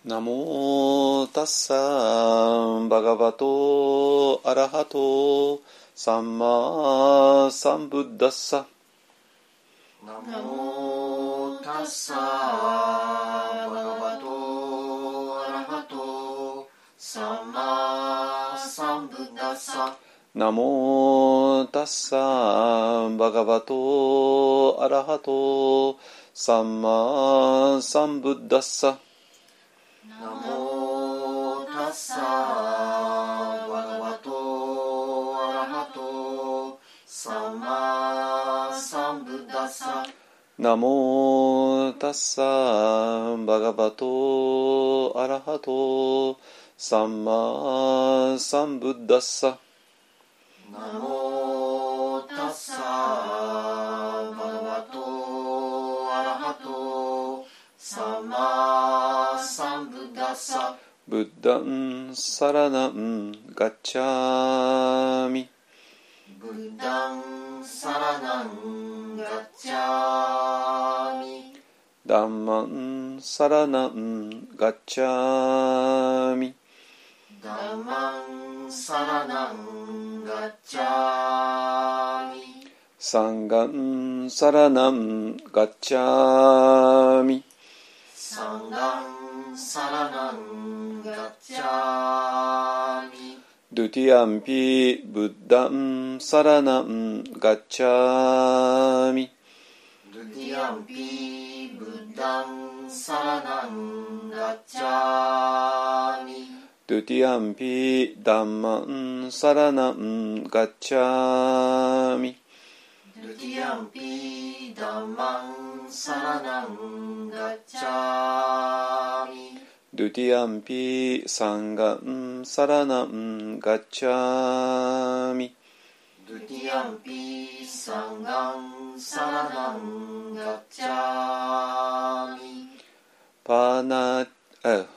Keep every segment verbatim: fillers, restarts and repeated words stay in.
ナモタッサーバガバトアラハトサンマサンブッダッサ。 ナモタッサーバガバトアラハトサンマサンブッダッサ。 ナモタッサーバガバトアラハトサンマサンブッダッサ。 ナモタッサーバガバトアラハトサンマサンブッダッサ。 ナモタッサーバガバトアラハトサンマサンブッダッサ。 ナモタッサーバガバトアラハトサンマサンブッダッサ。 ブッダンサラナンガッチャーミ。 ブッダンサラナンガッチャーミ。 ダンマンサラナンガッチャーミ。 ダンマンサラナンガッチャーミ。 サンガンサラナンガッチャーミ。 サンガンサラナンガッチャーミ。 ドゥティアンピブッダンサラナンガッチャーミ。 ドゥティアンピブッダンサラナンガッチャーミ。 ドゥティアンピダンマンサラナンガッチャーミ。 ドゥティアンピダンマンサラナンガッチャーミ。 ドゥティアンピサンガンサラナンガッチャーミ。 ドゥティアンピサンガンサラナンガッチャーミ。 パーナあ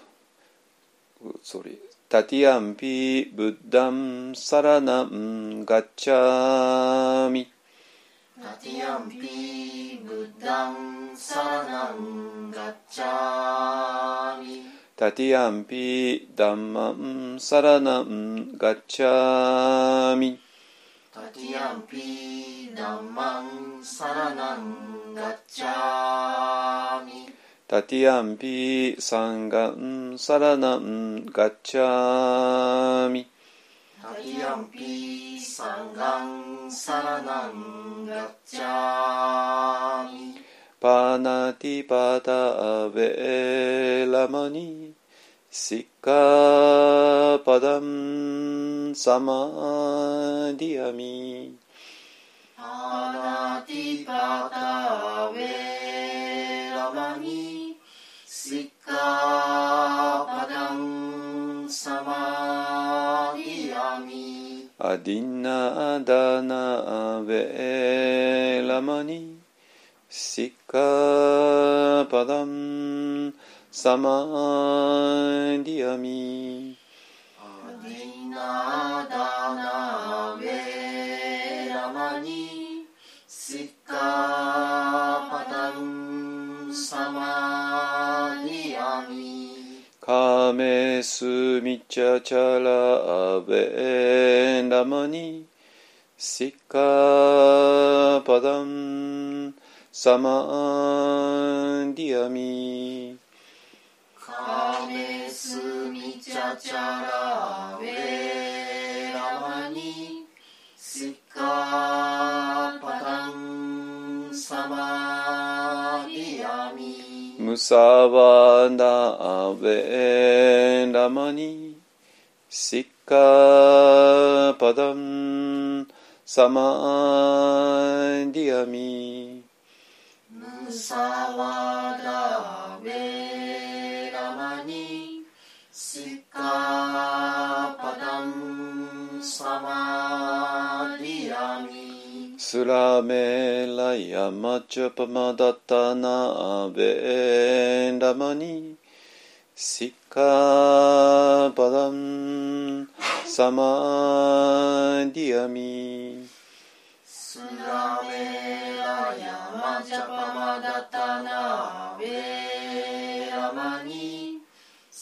sorry タティアンピブッダンサラナンガッチャーミ。 タティアンピブッダンサラナンガッチャーミ。 タティアンピダンマンサラナンガッチャーミ。 タティアンピダンマンサラナンガッチャーミ。 タティアンピサンガンサラナンガッチャーミ。 タティアンピサンガンサラナンガッチャーミ。 パーナティパタアベラマニシッカパダンサマディアミ。 パーナティパタアベラマニシッカパダンサマディアミ。 アディナダナベラマニシッカパダンサマディアミ。 アディナダナベラマニシッカパダンサマディアミ。 カメスミチャチャラベラマニシッカパダンサマディアミ。 カメスミチャチャラベラマニシッカパダンサマディアミ。 ムサワナベラマニシッカパダンサマディアミ。 ムサワダベラマニシッカパダンサマディアミ。 スラメラヤマチャパマダタナベラマニシッカパダンサマディアミ。 スラメラヤマチャパマダタナベラマニ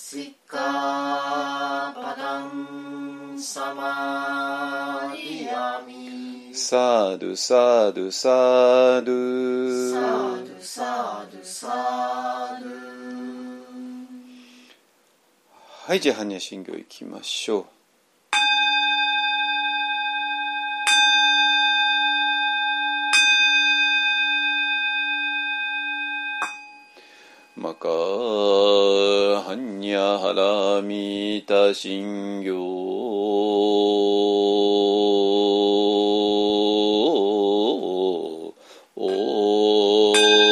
シッカパダンサマディヤミサドゥサドゥサドゥサドゥサドゥサドゥ。 はい、じゃあ般若心経いきましょう。マカハンニャハラミタ心経オ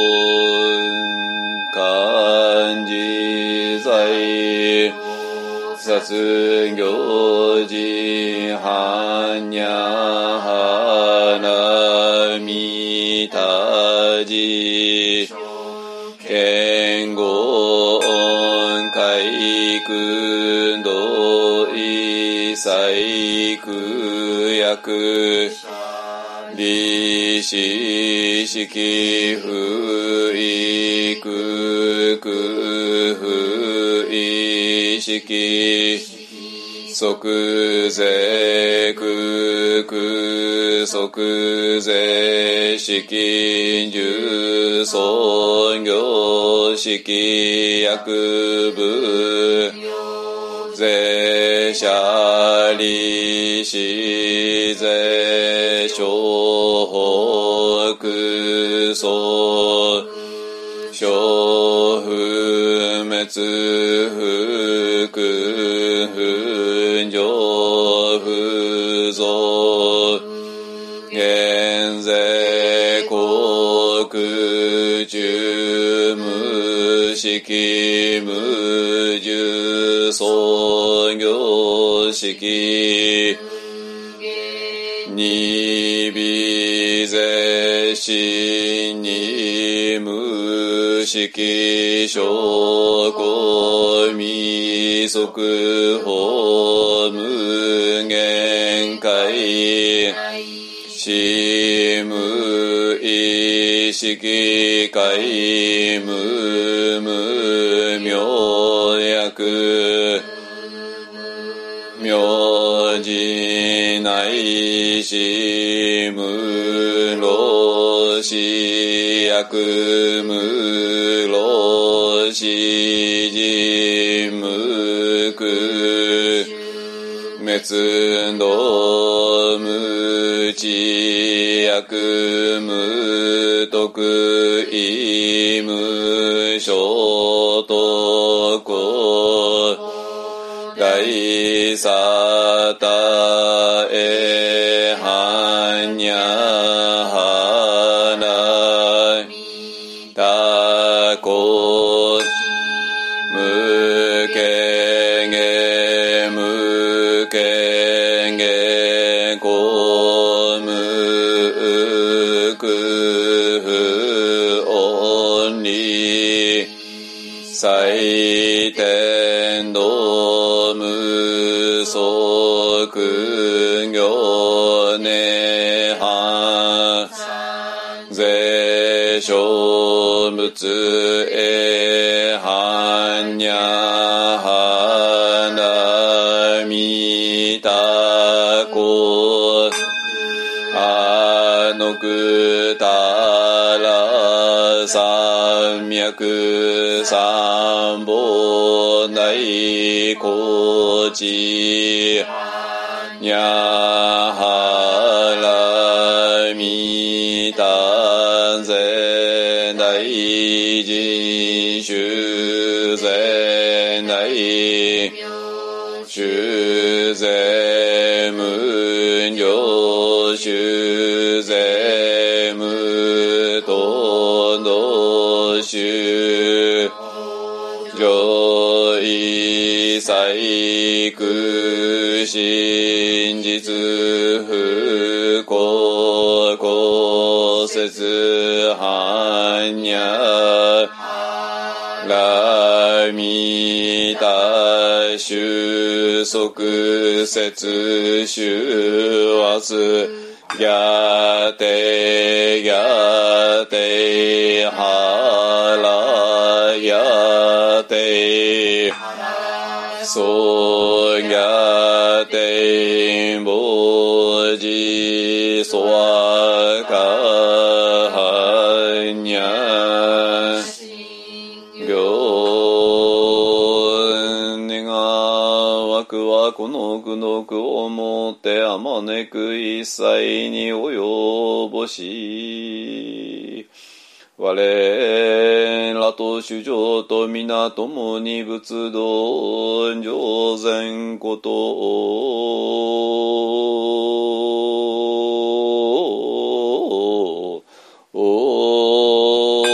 ン漢字在殺行時般若ハラミタジ剣豪海空道異細空薬利子式不意空空不意式即税空空即税式重創業式薬部税者利子税諸法空相小不滅不空不上不増現税国中無式無重創業式二微税子二無式証拠未速法無限界四無意識界無無明薬名字内視無老死薬無老死人無空滅道無知薬無徳意無所得大サタエハニャハナタコ無権限無権限コムクフオンリ最天道無即行涅槃税小仏へ般若花見たこあのくたら三脈三宝内高知にゃはらみたぜ大臣修ぜ内修ぜ無行修ぜ無との修上位細工真実不幸公説般若ラミタ収束説修和すギャテギャテハラヤテハラソギャテンボジソワカハニャギョネガワクワコノクノクをもってあまねく一切に及ぼし我らと主情と皆ともに仏道上善ことを恩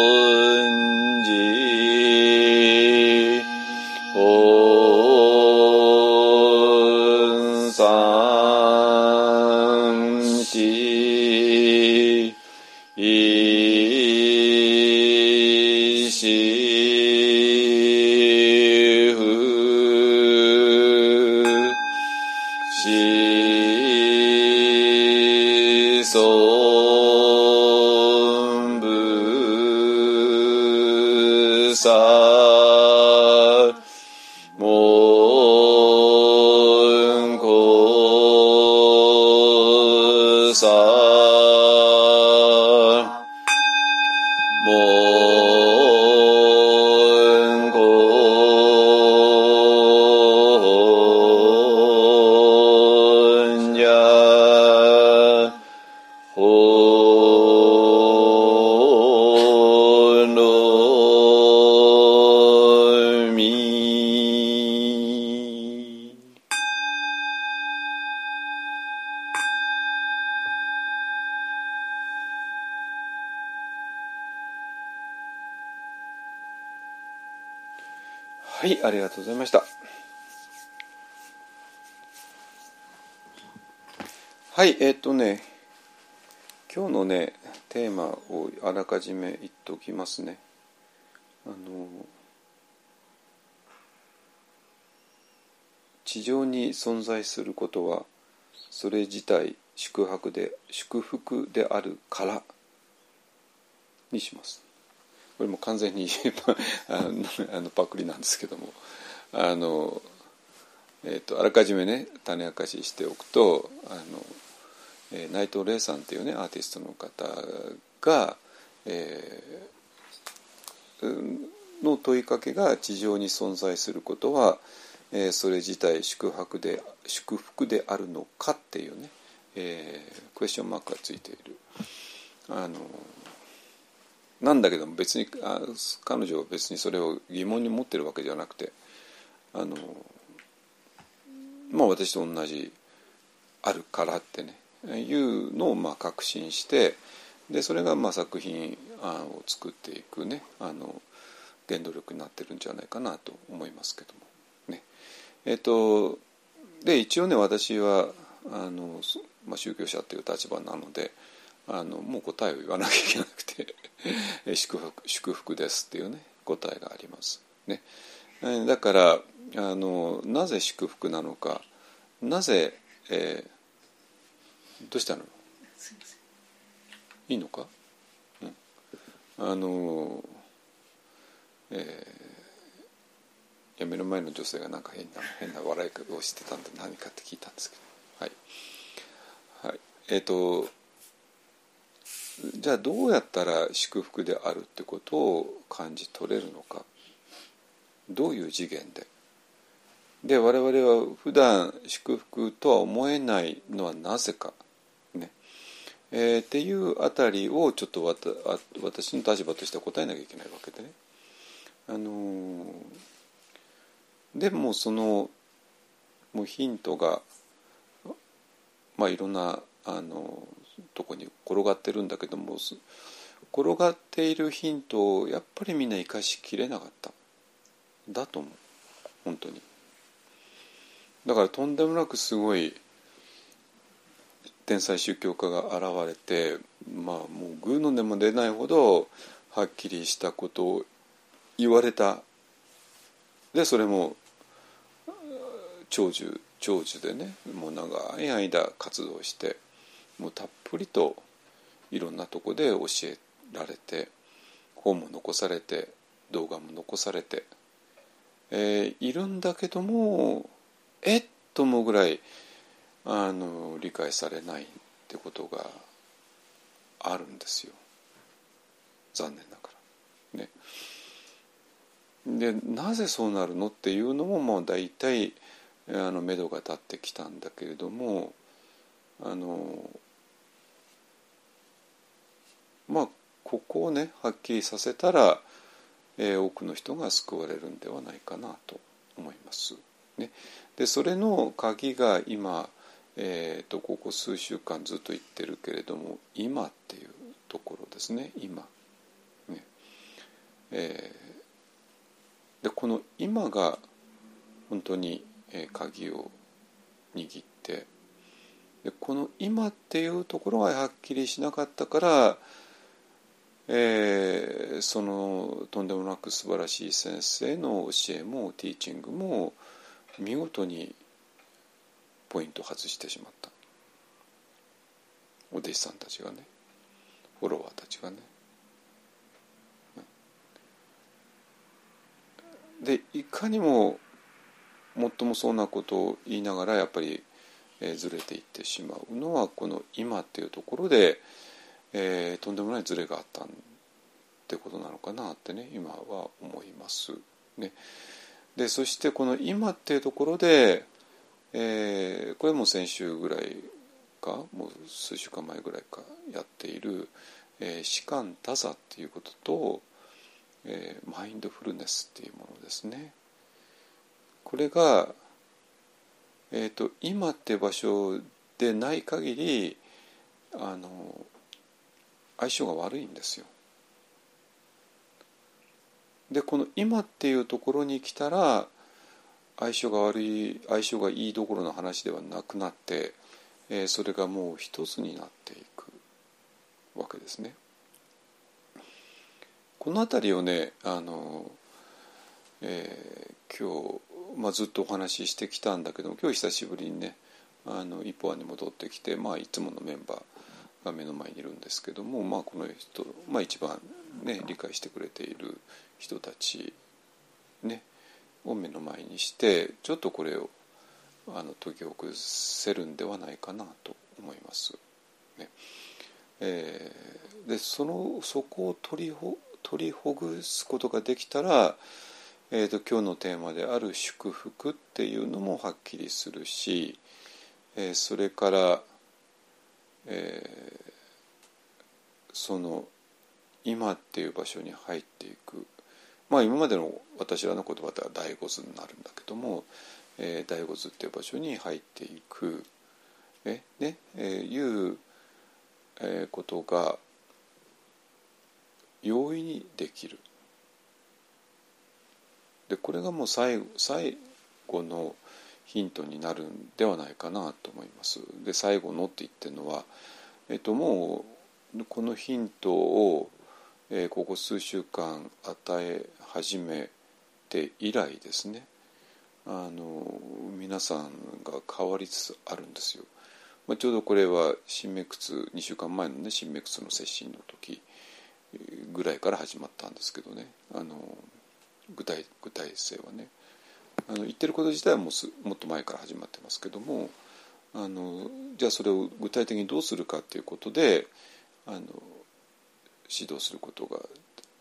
じ恩賛しはい、ありがとうございました。はい、えっとね、今日のね、テーマをあらかじめ言っておきますね。あの、地上に存在することは、それ自体祝福で、祝福であるからにします。これも完全にあのあのパクリなんですけども、あの、えーと、あらかじめね種明かししておくと、あの、えー、内藤玲さんっていうねアーティストの方が、えー、の問いかけが地上に存在することは、えー、それ自体祝福で祝福であるのかっていうね、えー、クエスチョンマークがついている。あのなんだけども別にあ彼女は別にそれを疑問に持ってるわけじゃなくて、あのまあ私と同じあるからってねいうのをまあ確信して、でそれがまあ作品を作っていくねあの原動力になってるんじゃないかなと思いますけどもね。えっとで一応ね私はあの、まあ、宗教者っていう立場なので。あのもう答えを言わなきゃいけなくて祝福、祝福ですっていうね答えがありますね。だからあのなぜ祝福なのか、なぜ、えー、どうしたの？いいのか？うん、あの、えー、いや目の前の女性がなんか変な変な笑いをしてたんで何かって聞いたんですけど、はいはい、えっとじゃあどうやったら祝福であるってことを感じ取れるのか、どういう次元でで我々は普段祝福とは思えないのはなぜかね、えー、っていうあたりをちょっとわた私の立場としては答えなきゃいけないわけでね、あのー、でもそのもうヒントがまあいろんなあのとこに転がってるんだけども、転がっているヒントをやっぱりみんな生かしきれなかっただと思う。本当にだからとんでもなくすごい天才宗教家が現れて、まあもうグーの音も出ないほどはっきりしたことを言われた。でそれも長寿長寿でねもう長い間活動してもうたっぷりといろんなとこで教えられて、本も残されて動画も残されてえー、いるんだけどもえっと思うぐらいあの理解されないってことがあるんですよ、残念ながらね。でなぜそうなるのっていうのももう大体あの目処が立ってきたんだけれども、あのまあここをねはっきりさせたら、えー、多くの人が救われるんではないかなと思います、ね。でそれの鍵が今、えー、とここ数週間ずっと言ってるけれども今っていうところですね。今、ねえー、でこの今が本当に鍵を握って、でこの今っていうところがはっきりしなかったから、えー、そのとんでもなく素晴らしい先生の教えもティーチングも見事にポイント外してしまった。お弟子さんたちがね、フォロワーたちがね。でいかにももっともそうなことを言いながらやっぱり、えー、ずれていってしまうのはこの今っていうところで、えー、とんでもないずれがあったってことなのかなってね今は思いますね。でそしてこの今っていうところで、えー、これも先週ぐらいかもう数週間前ぐらいかやっている、えー、士官多座っていうことと、えー、マインドフルネスっていうものですね。これが、えーと、今って場所でない限りあの相性が悪いんですよ。でこの今っていうところに来たら相性が悪い相性がいいどころの話ではなくなって、えー、それがもう一つになっていくわけですね。このあたりをねあの、えー、今日、まあ、ずっとお話ししてきたんだけども今日久しぶりにねあの一歩案に戻ってきて、まあ、いつものメンバーが目の前にいるんですけども、まあ、この人、まあ、一番、ね、理解してくれている人たち、ね、を目の前にしてちょっとこれをあの解きほぐせるんではないかなと思います、ねえー、でそのそこを取りほ取りほぐすことができたら、えーと、今日のテーマである祝福っていうのもはっきりするし、えー、それから、えー、その今っていう場所に入っていく、まあ今までの私らの言葉では第五図になるんだけども、えー、第五図っていう場所に入っていくえ、ねえー、いう、えー、ことが容易にできる。でこれがもう最後、最後のヒントになるんではないかなと思います。で最後のって言ってるのは、えっと、もうこのヒントを、えー、ここ数週間与え始めて以来ですね、あの皆さんが変わりつつあるんですよ。まあ、ちょうどこれは新芽窟にしゅうかんまえのね新芽窟の接心の時ぐらいから始まったんですけどね、あの具体具体性はねあの言ってること自体はもうすもっと前から始まってますけども、あのじゃあそれを具体的にどうするかっていうことであの指導することが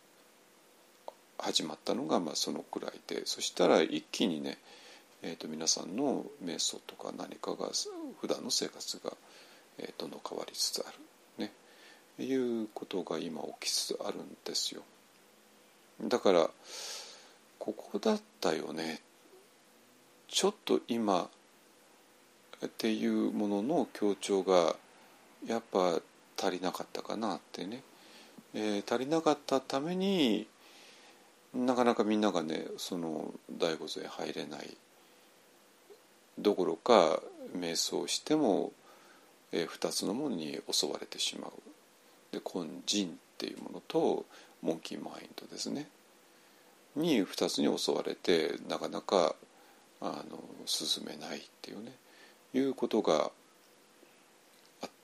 始まったのがまあそのくらいで、そしたら一気にね、えー、と皆さんの瞑想とか何かが普段の生活が、えー、どんどん変わりつつあるねいうことが今起きつつあるんですよ。だからここだったよね、ちょっと今っていうものの強調がやっぱ足りなかったかなってね、えー、足りなかったためになかなかみんながねその第五図へ入れないどころか瞑想しても、えー、ふたつのものに襲われてしまう。で根人っていうものとモンキーマインドですねにふたつに襲われてなかなかあの進めないっていうねいうことがあって、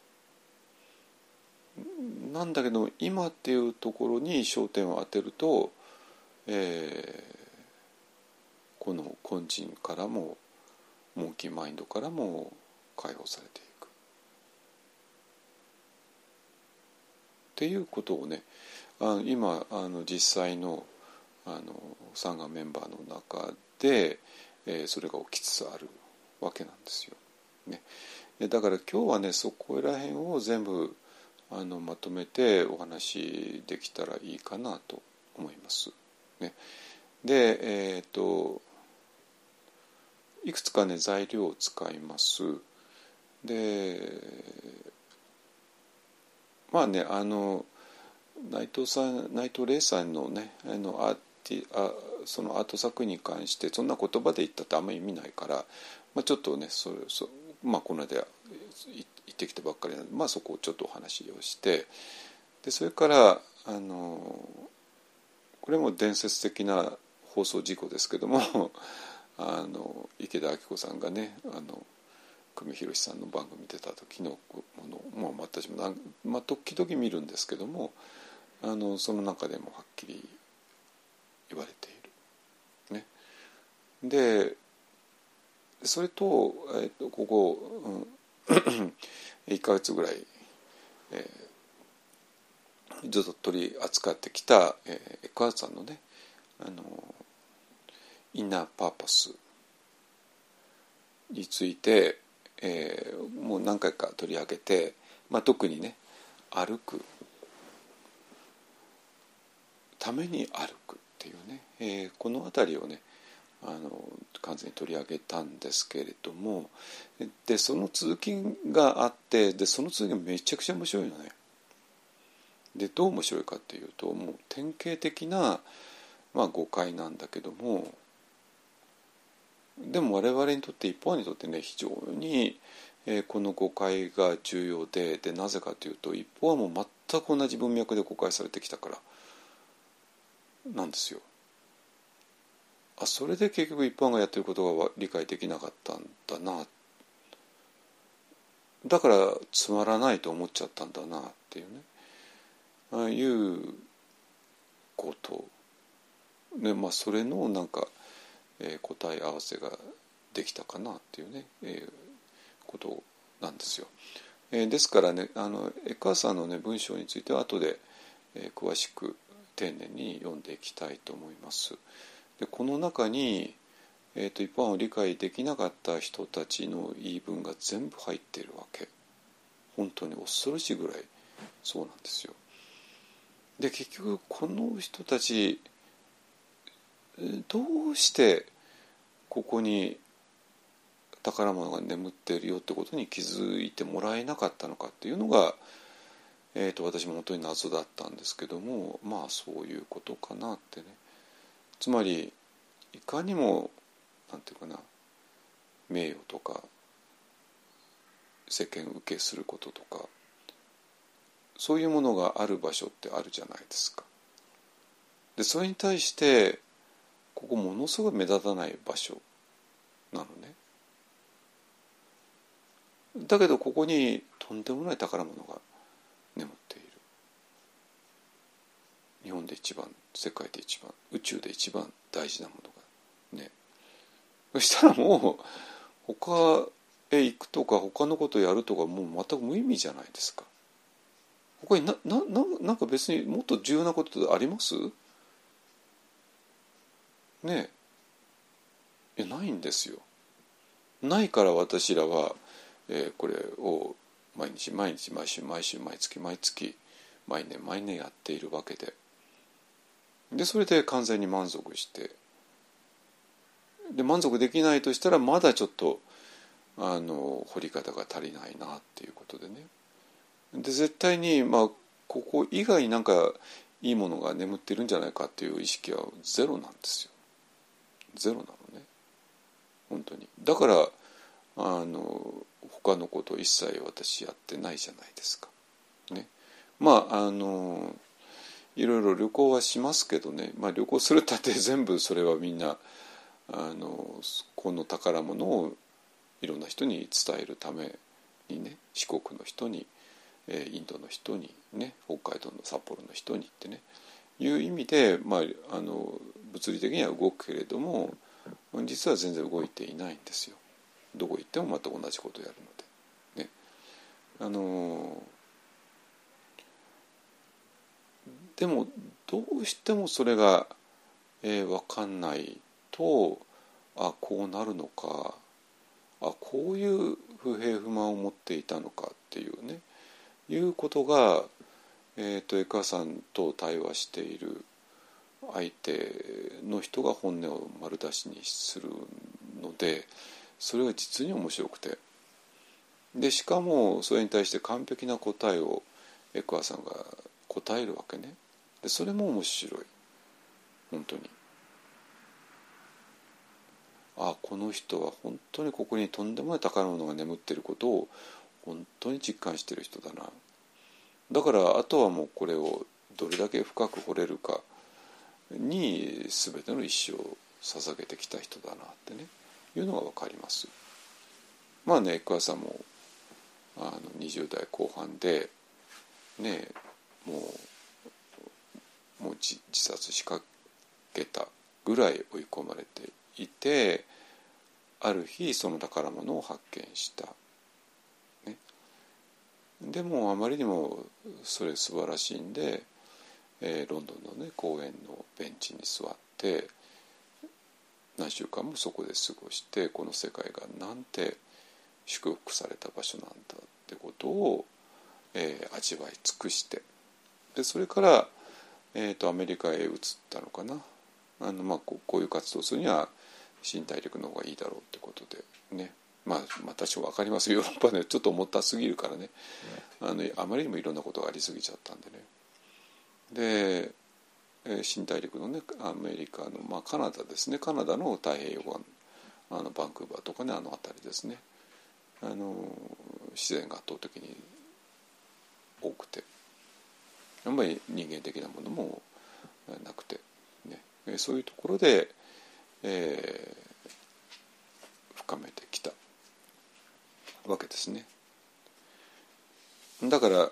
なんだけど今っていうところに焦点を当てると、えこの根人からもモンキーマインドからも解放されていくっていうことをね、あの今あの実際のあのサンガメンバーの中で、えー、それが起きつつあるわけなんですよ、ね、だから今日はねそこら辺を全部あのまとめてお話できたらいいかなと思います、ね、でえっといくつかね材料を使います。でまあねあの内藤さん内藤玲さんのねあのアーティあそのアート作に関してそんな言葉で言ったってあんまり意味ないから、まあ、ちょっとねそれそまあこの間行ってきたばっかりなので、まあ、そこをちょっとお話をしてでそれからあのこれも伝説的な放送事故ですけどもあの池田明子さんがねあの久米宏さんの番組出た時のもの、まあ、私もなん、まあ、時々見るんですけどもあのその中でもはっきり言われている。ね、でそれと、えっと、ここ、うん、いっかげつぐらい、えー、ずっと取り扱ってきた、えー、エクハートさんのねあのインナーパーパスについて、えー、もう何回か取り上げて、まあ、特にね歩くために歩くっていうね、えー、この辺りをねあの完全に取り上げたんですけれどもでその続きがあってでその続きがめちゃくちゃ面白いのね。でどう面白いかっていうともう典型的な、まあ、誤解なんだけどもでも我々にとって一方にとってね非常に、えー、この誤解が重要ででなぜかというと一方はもう全く同じ文脈で誤解されてきたからなんですよ。あそれで結局一般がやってることが理解できなかったんだなだからつまらないと思っちゃったんだなっていうねああいうことでまあそれのなんか、えー、答え合わせができたかなっていうね、えー、ことなんですよ。えー、ですからねあのエクハーさんのね文章については後で、えー、詳しく丁寧に読んでいきたいと思います。でこの中に、えーと、一般を理解できなかった人たちの言い分が全部入っているわけ。本当に恐ろしいぐらいそうなんですよ。で結局この人たちどうしてここに宝物が眠っているよってことに気づいてもらえなかったのかっていうのが、えーと、私も本当に謎だったんですけどもまあそういうことかなってね。つまりいかにもなんていうかな名誉とか世間受けすることとかそういうものがある場所ってあるじゃないですか。でそれに対してここものすごい目立たない場所なのね。だけどここにとんでもない宝物が眠っている。日本で一番世界で一番宇宙で一番大事なものがね。そしたらもう他へ行くとか他のことをやるとかもう全く無意味じゃないですか。他にななななんか別にもっと重要なことあります？ねえ、いやないんですよ。ないから私らは、えー、これを毎日毎日毎週毎週毎月毎月毎年毎年やっているわけで、でそれで完全に満足して、で満足できないとしたらまだちょっとあの掘り方が足りないなっていうことでね。で絶対にまあここ以外になんかいいものが眠ってるんじゃないかっていう意識はゼロなんですよ。ゼロなのね本当に。だからあの他のことを一切私やってないじゃないですかね。まああのいろいろ旅行はしますけどね、まあ、旅行するったって全部それはみんなあのこの宝物をいろんな人に伝えるためにね、四国の人にインドの人にね、北海道の札幌の人にってねいう意味で、まあ、あの物理的には動くけれども、 実は全然動いていないんですよ。どこ行ってもまた同じことをやるのでね。あのでもどうしてもそれが、えー、分かんないと、あこうなるのか、あこういう不平不満を持っていたのかっていうね、いうことが、えーと、エカさんと対話している相手の人が本音を丸出しにするので、それが実に面白くて、でしかもそれに対して完璧な答えをエクアさんが答えるわけね。でそれも面白い、本当に。あこの人は本当にここにとんでもない宝物が眠っていることを本当に実感している人だな。だからあとはもうこれをどれだけ深く掘れるかに全ての一生を捧げてきた人だなってね、いうのが分かります。まあね、エクアさんもあのにじゅう代後半でね、もうもう 自, 自殺しかけたぐらい追い込まれていて、ある日その宝物を発見した、ね、でもあまりにもそれ素晴らしいんで、えー、ロンドンの、ね、公園のベンチに座って何週間もそこで過ごして、この世界がなんて祝福された場所なんだってことを、えー、味わい尽くして、でそれから、えー、とアメリカへ移ったのかな。あの、まあ、こう、こういう活動するには身体力の方がいいだろうってことでね、まあ、まあ多少分かりますよ。ヨーロッパでちょっと重たすぎるからね、あのあまりにもいろんなことがありすぎちゃったんでね。で、えー、身体力のねアメリカの、まあ、カナダですね、カナダの太平洋岸、あのバンクーバーとかね、あの辺りですね、あの自然が圧倒的に多くて、あんまり人間的なものもなくて、ね、そういうところで、えー、深めてきたわけですね。だから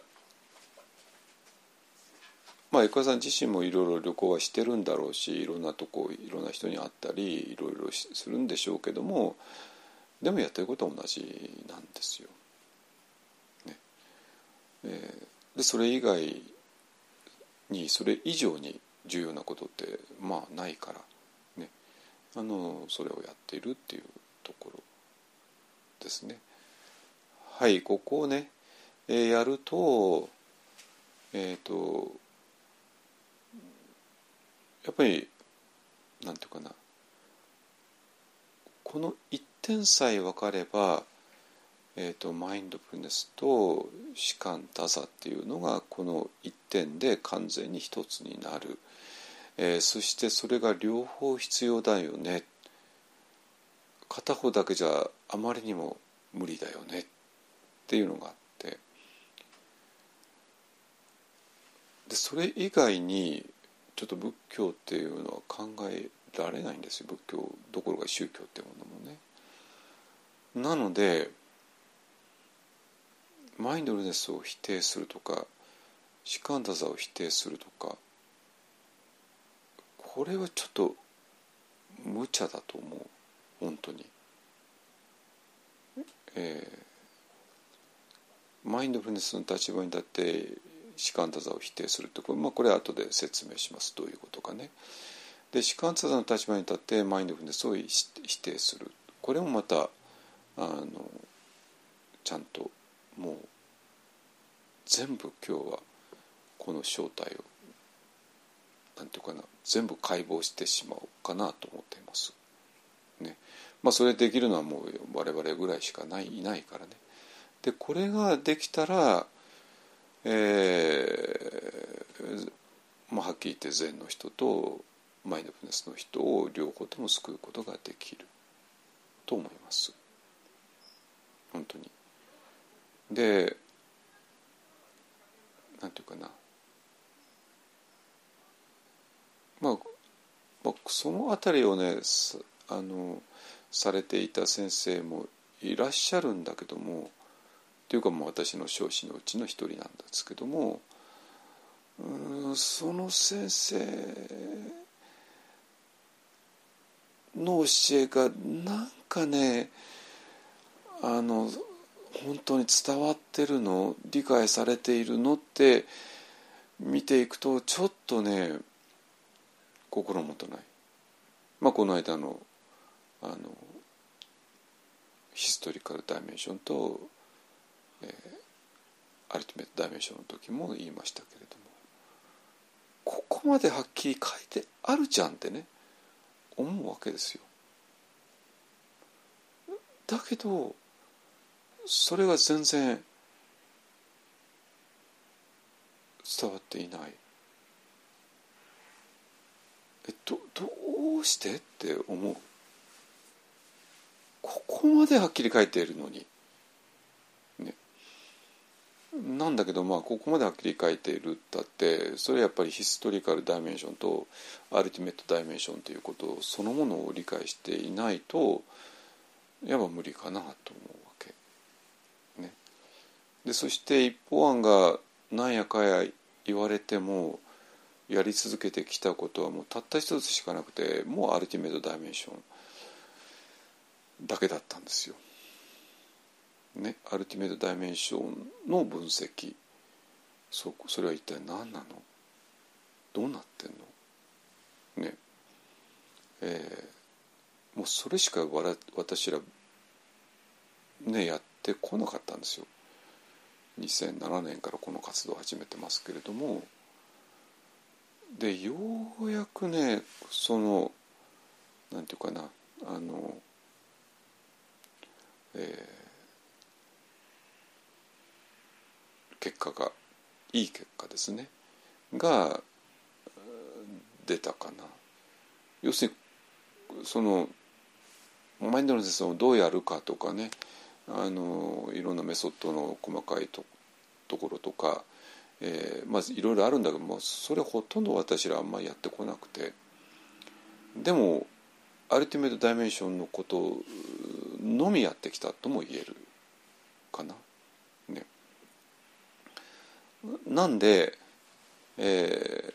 まあエクアさん自身もいろいろ旅行はしてるんだろうし、いろんなとこいろんな人に会ったりいろいろするんでしょうけども、でもやってることは同じなんですよ、ねえー、でそれ以外にそれ以上に重要なことってまあないからね、あのそれをやっているっていうところですね。はい、ここをね、えー、やるとえっとやっぱりなんていうかな、この一点さえ分かれば、えーと、マインドフルネスと士官多座っていうのがこの一点で完全に一つになる、えー、そしてそれが両方必要だよね、片方だけじゃあまりにも無理だよねっていうのがあって、でそれ以外にちょっと仏教っていうのは考えられないんですよ、仏教どころか宗教っていうものもね。なのでマインドフルネスを否定するとか士官多座を否定するとか、これはちょっと無茶だと思う、本当に。えー、マインドフルネスの立場に立って士官多座を否定するってこれ、まあ、これは後で説明します、どういうことかね。で士官多座の立場に立ってマインドフルネスを否定する、これもまたあのちゃんともう全部今日はこの正体をなんていうかな、全部解剖してしまおうかなと思っています、ね。まあそれできるのはもう我々ぐらいしかないいないからね。でこれができたら、えーまあ、はっきり言って禅の人とマインドフルネスの人を両方とも救うことができると思います、本当に。でなんていうかな、まあ、まあ、そのあたりをねあのされていた先生もいらっしゃるんだけども、っていうかもう私の彰子のうちの一人なんですけども、うんその先生の教えがなんかね、あの本当に伝わってるの、理解されているのって見ていくとちょっとね心もとない。まあこの間のあのヒストリカルダイメンションと、えー、アルティメットダイメンションの時も言いましたけれども、ここまではっきり書いてあるじゃんってね思うわけですよ。だけどそれが全然伝わっていない。えどどうしてって思う。ここまではっきり書いているのに、ね、なんだけどまあここまではっきり書いているだってそれはやっぱりヒストリカルダイメンションとアルティメットダイメンションということそのものを理解していないとやっぱ無理かなと思うわけ、ね、でそして一方案が何やかや言われてもやり続けてきたことはもうたった一つしかなくて、もうアルティメットダイメンションだけだったんですよ、ね、アルティメットダイメンションの分析、 そ, それは一体何なの、どうなってんのね、えー、もうそれしかわら私らねやってこなかったんですよ。にせんななねんからこの活動を始めてますけれども、でようやくねそのなんていうかなあの、えー、結果がいい結果ですねが出たかな。要するにそのマインドフルネスをどうやるかとかね、あのいろんなメソッドの細かい と, ところとか、えー、まずいろいろあるんだけども、それほとんど私らあんまりやってこなくて、でもアルティメットダイメンションのことのみやってきたとも言えるかな、ね、なんで、え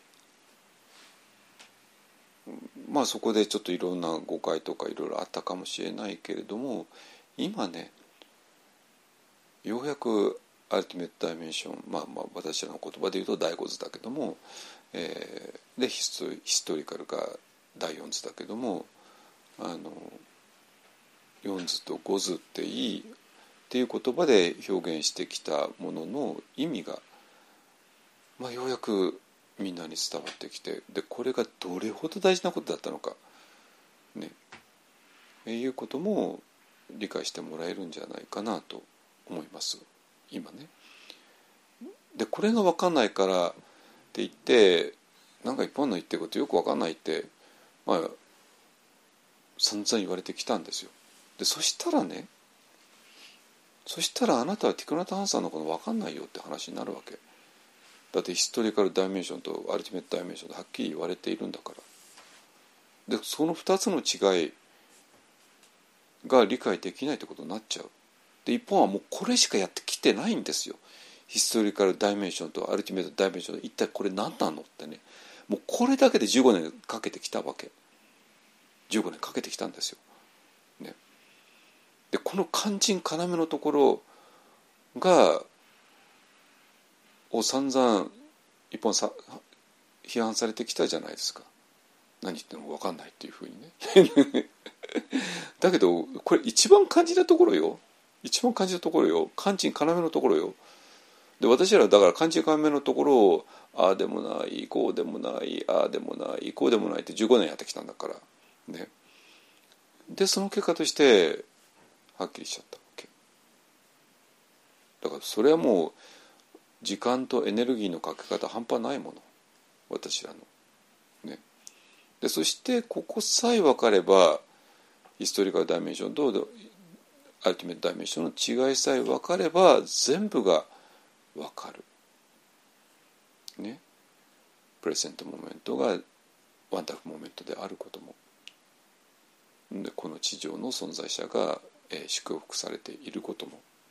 ー、まあそこでちょっといろんな誤解とかいろいろあったかもしれないけれども、今ねようやくアルティメットダイメンション、まあまあ私らの言葉で言うと第五図だけども、えー、でヒストリ、ヒストリカルが第四図だけども、あの四図と五図っていいっていう言葉で表現してきたものの意味が、まあ、ようやくみんなに伝わってきて、でこれがどれほど大事なことだったのかね、いうことも理解してもらえるんじゃないかなと思います今ね。でこれが分かんないからって言ってなんか一般の言ってることよく分かんないって、まあ散々言われてきたんですよ。でそしたらねそしたらあなたはティクナタ・ハンさんのこと分かんないよって話になるわけだって、ヒストリカルダイメンションとアルティメットダイメンションではっきり言われているんだから。でそのふたつの違いが理解できないってことになっちゃう。で一方はもうこれしかやってきてないんですよ。ヒストリカルダイメンションとアルティメットダイメンション、一体これ何なのってね、もうこれだけでじゅうごねんかけてきたわけ。じゅうごねんかけてきたんですよ、ね、でこの肝心要のところがを散々一本さ批判されてきたじゃないですか。何言ってるのか分かんないっていうふうにねだけどこれ一番肝心なところよ、一番肝心なところよ、肝心要のところよ。で私らだから肝心要のところをああでもないこうでもないああでもないこうでもないってじゅうごねんやってきたんだからね。でその結果としてはっきりしちゃったわけだから、それはもう時間とエネルギーのかけ方半端ないもの私らのね。でそしてここさえ分かればヒストリカルダイメンションとアルティメットダイメンションの違いさえ分かれば全部が分かるね。プレゼントモーメントがワンダフルモーメントであることも、でこの地上の存在者が、えー、祝福されていることも、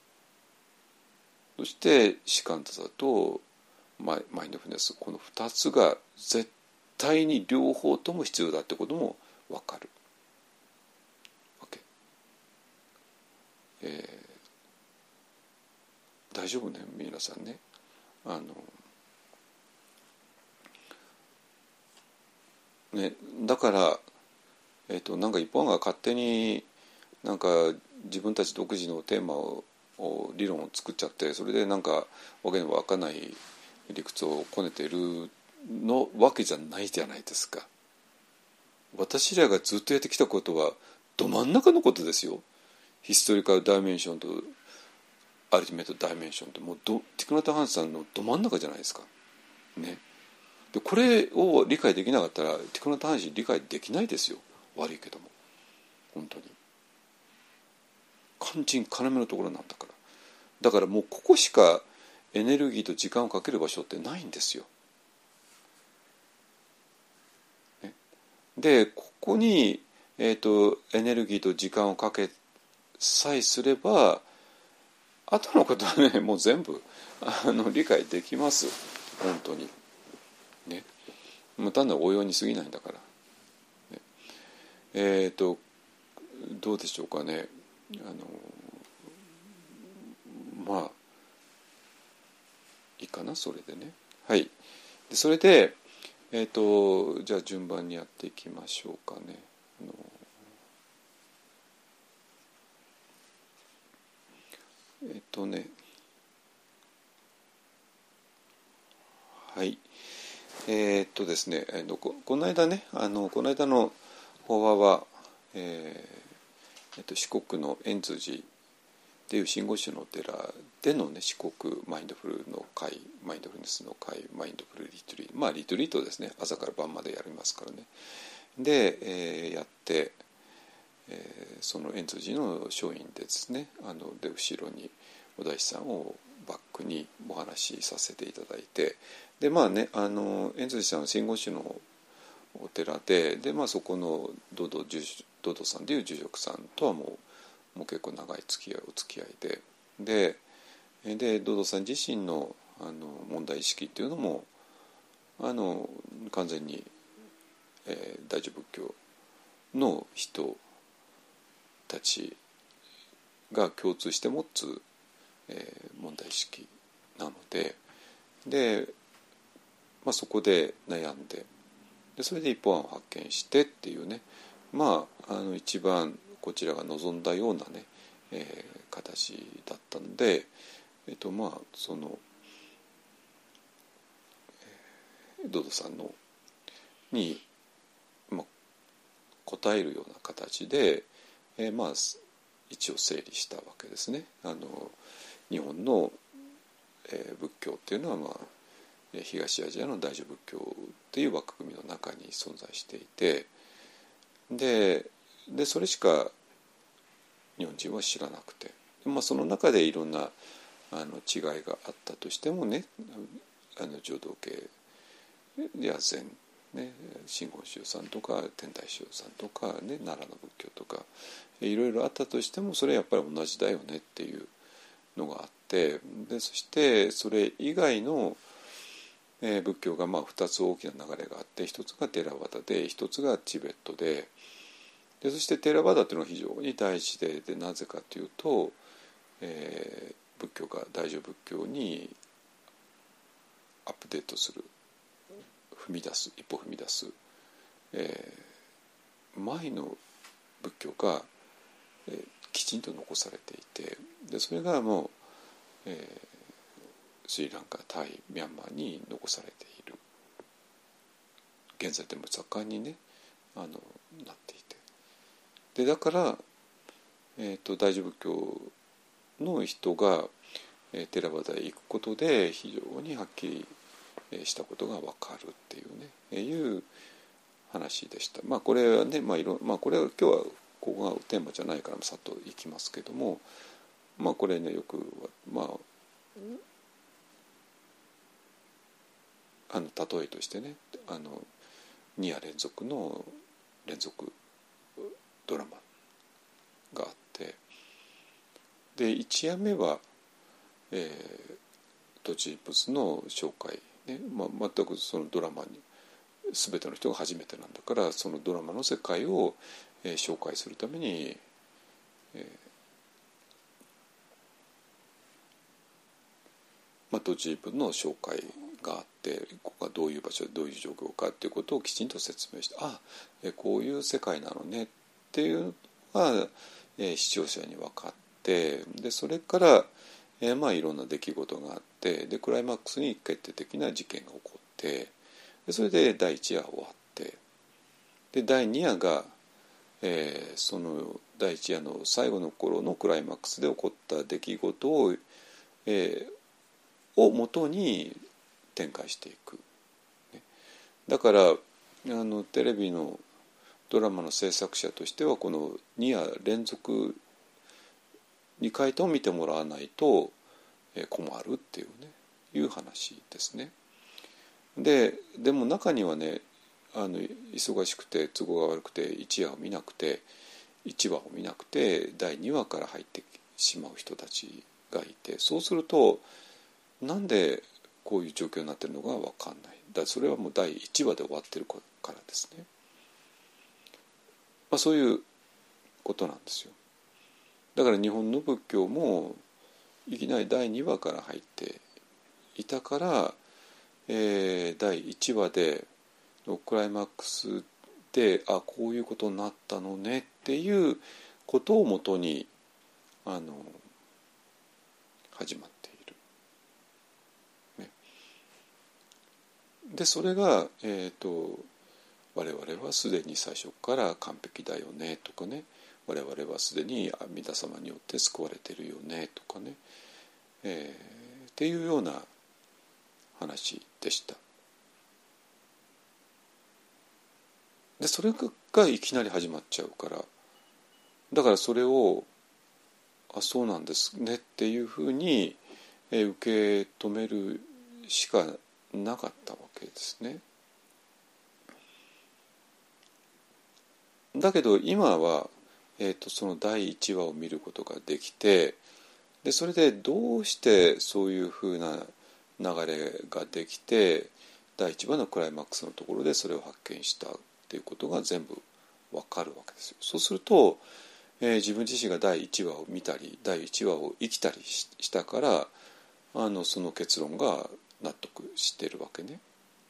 そしてシカンタサとマイ、マインドフルネス、このふたつが絶対に両方とも必要だってことも分かる。 えー、大丈夫ね皆さんね。あのねだから、えー、となんか一方が勝手になんか自分たち独自のテーマを理論を作っちゃって、それでなんかわけのわかんない理屈をこねているのわけじゃないじゃないですか。私らがずっとやってきたことはど真ん中のことですよ。ヒストリカルダイメンションとアルティメットダイメンションってもうどティクナタ・ハンさんのど真ん中じゃないですか。ね。でこれを理解できなかったらティクナタ・ハン氏理解できないですよ。悪いけども本当に肝心要のところなんだから。だからもうここしかエネルギーと時間をかける場所ってないんですよ。ね、でここに、えーと、エネルギーと時間をかけさえすればあとのことはねもう全部あの理解できます本当にね。もう単なる応用に過ぎないんだから、ね、えっ、ー、とどうでしょうかね。あのまあいいかなそれでね。はい。でそれでえっ、ー、とじゃあ順番にやっていきましょうかね。あのえっ、ー、とねはいえー、っとですね、えー、こ, この間ねあのこの間の法話は、えーえっと、四国の円通寺っていう真言宗のお寺での、ね、四国マインドフルの会マインドフルネスの会マインドフルリトリートまあリトリートですね。朝から晩までやりますからね。で、えー、やって、えー、その円通寺の松院でですねあので後ろにお大師さんをバックにお話しさせていただいて、でまあねあの円通寺さんは真言宗のお寺で、でまあそこのドドドドさんでいう住職さんとはもうもう結構長い付き合いお付き合いで、ででドドさん自身のあの問題意識っていうのもあの完全に、えー、大乗仏教の人たちが共通して持つ、えー、問題意識なので、で、まあ、そこで悩んで、でそれで一本案を発見してっていうね、まああの一番こちらが望んだようなね、えー、形だったので、えっとまあその、えー、ドドさんのに、まあ、答えるような形で、えー、まあ一応整理したわけですね。あの日本の、えー、仏教っていうのは、まあ、東アジアの大乗仏教っていう枠組みの中に存在していて、ででそれしか日本人は知らなくて、まあ、その中でいろんなあの違いがあったとしてもね、あの浄土系や禅、ね、真言宗さんとか天台宗さんとか、ね、奈良の仏教とかいろいろあったとしても、それはやっぱり同じだよねっていうのがあって、でそしてそれ以外のえー、仏教がまあふたつ大きな流れがあって、ひとつがテラワダでひとつがチベットで、でそしてテラワダというのは非常に大事で、でなぜかというと、えー、仏教が大乗仏教にアップデートする踏み出す一歩踏み出す、えー、前の仏教が、えー、きちんと残されていて、でそれがもう、えースリランカ、タイ、ミャンマーに残されている、現在でも盛んにねあのなっていて、でだから、えーと、大乗仏教の人が、えー、テラバダへ行くことで非常にはっきり、えー、したことが分かるっていうね、えー、いう話でした。まあこれはね、まあいろまあ、これは今日はここがテーマじゃないからさっといきますけども、まあこれねよくまああの例えとしてね、あのに夜連続の連続ドラマがあって、でいち夜目は、えー、土地物の紹介、ねまあ、全くそのドラマに全ての人が初めてなんだから、そのドラマの世界を、えー、紹介するために、えまあ、と自分の紹介があって、ここがどういう場所でどういう状況かっていうことをきちんと説明して、あえこういう世界なのねっていうのが、えー、視聴者に分かって、でそれから、えー、まあいろんな出来事があって、でクライマックスに決定的な事件が起こって、でそれでだいいちわ終わって、でだいにわが、えー、そのだいいちわの最後の頃のクライマックスで起こった出来事を、えー、を元に展開していく。だからあのテレビのドラマの制作者としてはこのにわ連続にかいとも見てもらわないと困るっていうねいう話ですね。ででも中にはねあの忙しくて都合が悪くていちわを見なくていちわを見なくてだいにわから入ってしまう人たちがいて、そうするとなんでこういう状況になってるのか分かんない。だからそれはもうだいいちわで終わってるからですね。まあ、そういうことなんですよ。だから日本の仏教もいきなりだいにわから入っていたから、えー、だいいちわでのクライマックスであこういうことになったのねっていうことをもとにあの始まっている。ね、でそれが、えーと、我々はすでに最初から完璧だよねとかね、我々はすでに阿弥陀様によって救われているよねとかね、えー、っていうような話でした。でそれがいきなり始まっちゃうから、だからそれをあそうなんですねっていうふうに受け止めるしかなかったわけですね。だけど今は、えーと、そのだいいちわを見ることができて、でそれでどうしてそういうふうな流れができてだいいちわのクライマックスのところでそれを発見したっていうことが全部わかるわけですよ。そうすると、えー、自分自身がだいいちわを見たりだいいちわを生きたりしたからあのその結論が納得してるわけね。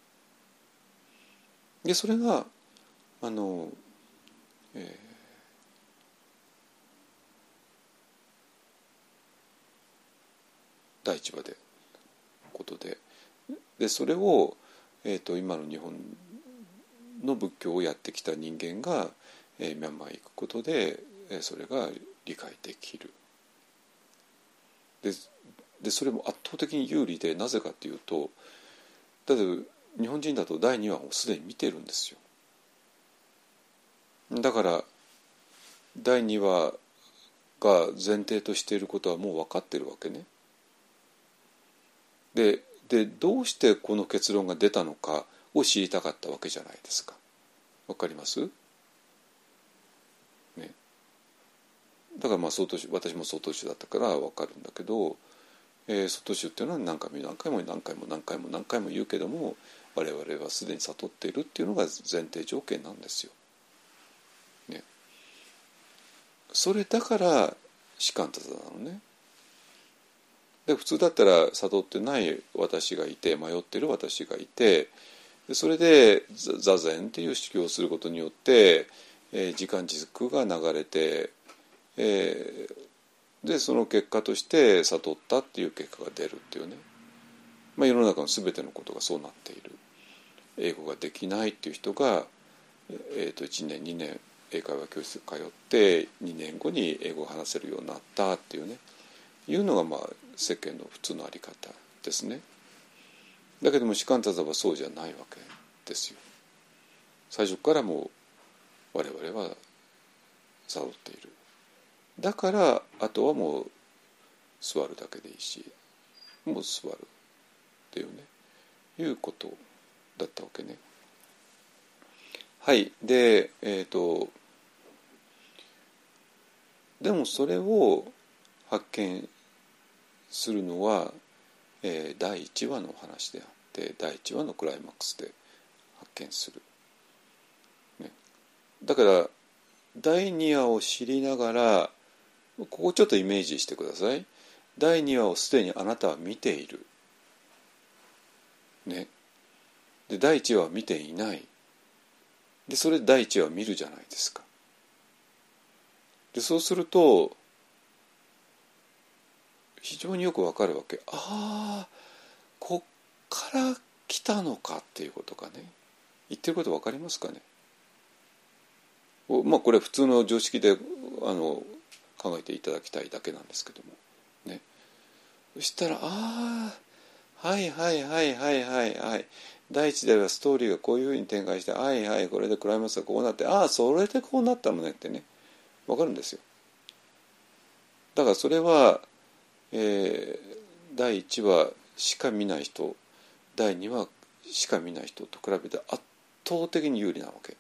でそれがあの、えー、だいいちわでことで、でそれを、えーと、今の日本の仏教をやってきた人間が、えー、ミャンマーへ行くことで、えー、それが理解できる。ででそれも圧倒的に有利で、なぜかというとだって日本人だとだいにわをすでに見てるんですよ。だからだいにわが前提としていることはもう分かってるわけね。ででどうしてこの結論が出たのかを知りたかったわけじゃないですか。わかります？ね。だからまあ曹洞宗、私も曹洞宗だったからわかるんだけど、えー、曹洞宗っていうのは何回も何回も何回も何回も何回も言うけども、我々はすでに悟っているっていうのが前提条件なんですよ。ね。それだから士官多座なのね。で普通だったら悟ってない私がいて、迷ってる私がいて、それで座禅っていう修行をすることによって、えー、時間軸が流れて、えー、でその結果として悟ったっていう結果が出るっていうね、まあ、世の中の全てのことがそうなっている。英語ができないっていう人が、えー、といちねんにねん英会話教室通ってにねんごに英語を話せるようになったっていうね、いうのがまあ世間の普通のあり方ですね。だけども士官多座はそうじゃないわけですよ。最初からもう我々は悟っている。だからあとはもう座るだけでいいし、もう座るっていうね、いうことだったわけね。はい。でえっとでもそれを発見するのは、えー、だいいちわの話であってだいいちわのクライマックスで発見する、ね、だからだいにわを知りながらここちょっとイメージしてください。だいにわをすでにあなたは見ている。 ね。でだいいちわは見ていない。でそれでだいいちわを見るじゃないですか。でそうすると非常によくわかるわけ。ああこっから来たのかっていうことがね。言ってることわかりますかね。まあこれ普通の常識であの考えていただきたいだけなんですけどもね。そしたらああはいはいはいはいはいはい第一ではストーリーがこういうふうに展開してはいはいこれでクライマックスがこうなってああそれでこうなったのねってねわかるんですよ。だからそれは、えー、だいいちわしか見ない人だいにわしか見ない人と比べて圧倒的に有利なわけ。